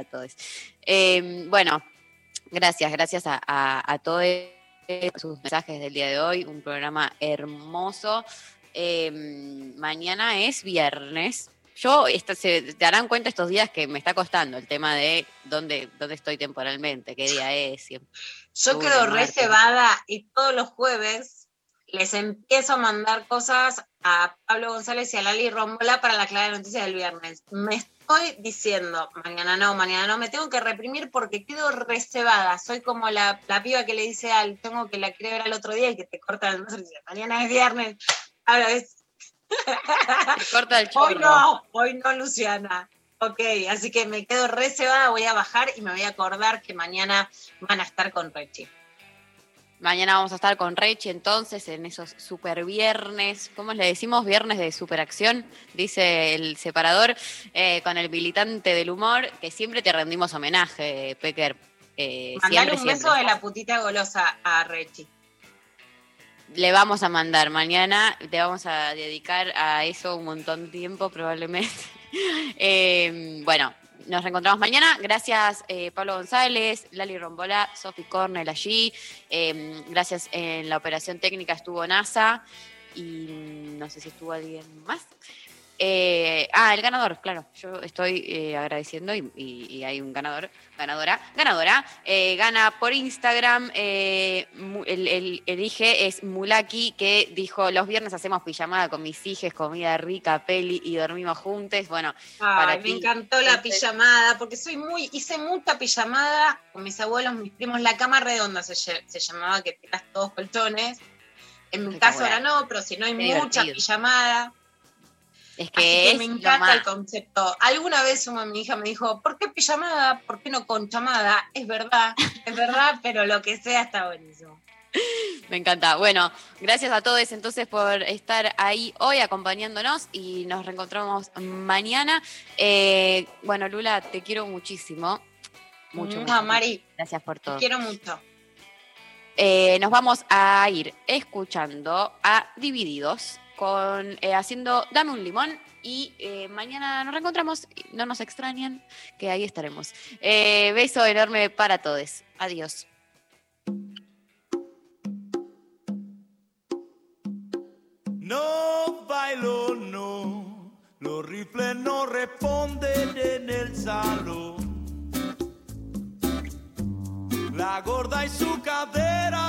Speaker 4: bueno, gracias a todos sus mensajes del día de hoy. Un programa hermoso. Mañana es viernes. Se darán cuenta estos días que me está costando el tema de dónde estoy temporalmente, qué día es.
Speaker 3: Yo quedo reservada y todos los jueves les empiezo a mandar cosas a Pablo González y a Lali Rombola para la clave de noticias del viernes. Me estoy diciendo, mañana no, me tengo que reprimir porque quedo reservada. Soy como la piba que le dice tengo que la quiero ver al otro día y que te corta el brazo y dice, mañana es viernes. Ahora es...
Speaker 4: Te corta el chorro.
Speaker 3: Hoy no, Luciana. Ok, así que me quedo reservada, voy a bajar y me voy a acordar que mañana van a estar con Rechi.
Speaker 4: Mañana vamos a estar con Rechi entonces en esos super viernes, ¿cómo le decimos? Viernes de superacción, dice el separador, con el militante del humor, que siempre te rendimos homenaje, Pecker.
Speaker 3: Mandale un beso de la putita golosa a Rechi.
Speaker 4: Le vamos a mandar mañana, te vamos a dedicar a eso un montón de tiempo probablemente. Bueno, nos reencontramos mañana. Gracias Pablo González, Lali Rombola, Sofi Cornell allí. Gracias en la operación técnica estuvo NASA y no sé si estuvo alguien más. El ganador, claro, yo estoy agradeciendo y hay un ganadora, gana por Instagram, el hije es Mulaki, que dijo, los viernes hacemos pijamada con mis hijes, comida rica, peli y dormimos juntos. Bueno,
Speaker 3: me encantó la pijamada, porque hice mucha pijamada con mis abuelos, mis primos, la cama redonda se llamaba, que tiras todos colchones. En mi caso ahora no, pero si no hay mucha pijamada.
Speaker 4: Es que
Speaker 3: me encanta el concepto. Alguna vez mi hija me dijo, ¿por qué pijamada? ¿Por qué no conchamada? Es verdad, pero lo que sea está buenísimo.
Speaker 4: Me encanta. Bueno, gracias a todos entonces por estar ahí hoy acompañándonos y nos reencontramos mañana. Bueno, Lula, te quiero muchísimo. Mucho.
Speaker 3: Mari.
Speaker 4: Gracias por todo.
Speaker 3: Te quiero mucho.
Speaker 4: Nos vamos a ir escuchando a Divididos haciendo Dame un limón y mañana nos reencontramos, no nos extrañan, que ahí estaremos. Beso enorme para todos. Adiós.
Speaker 9: No bailo, no, los rifles no responden en el salón. La gorda y su cadera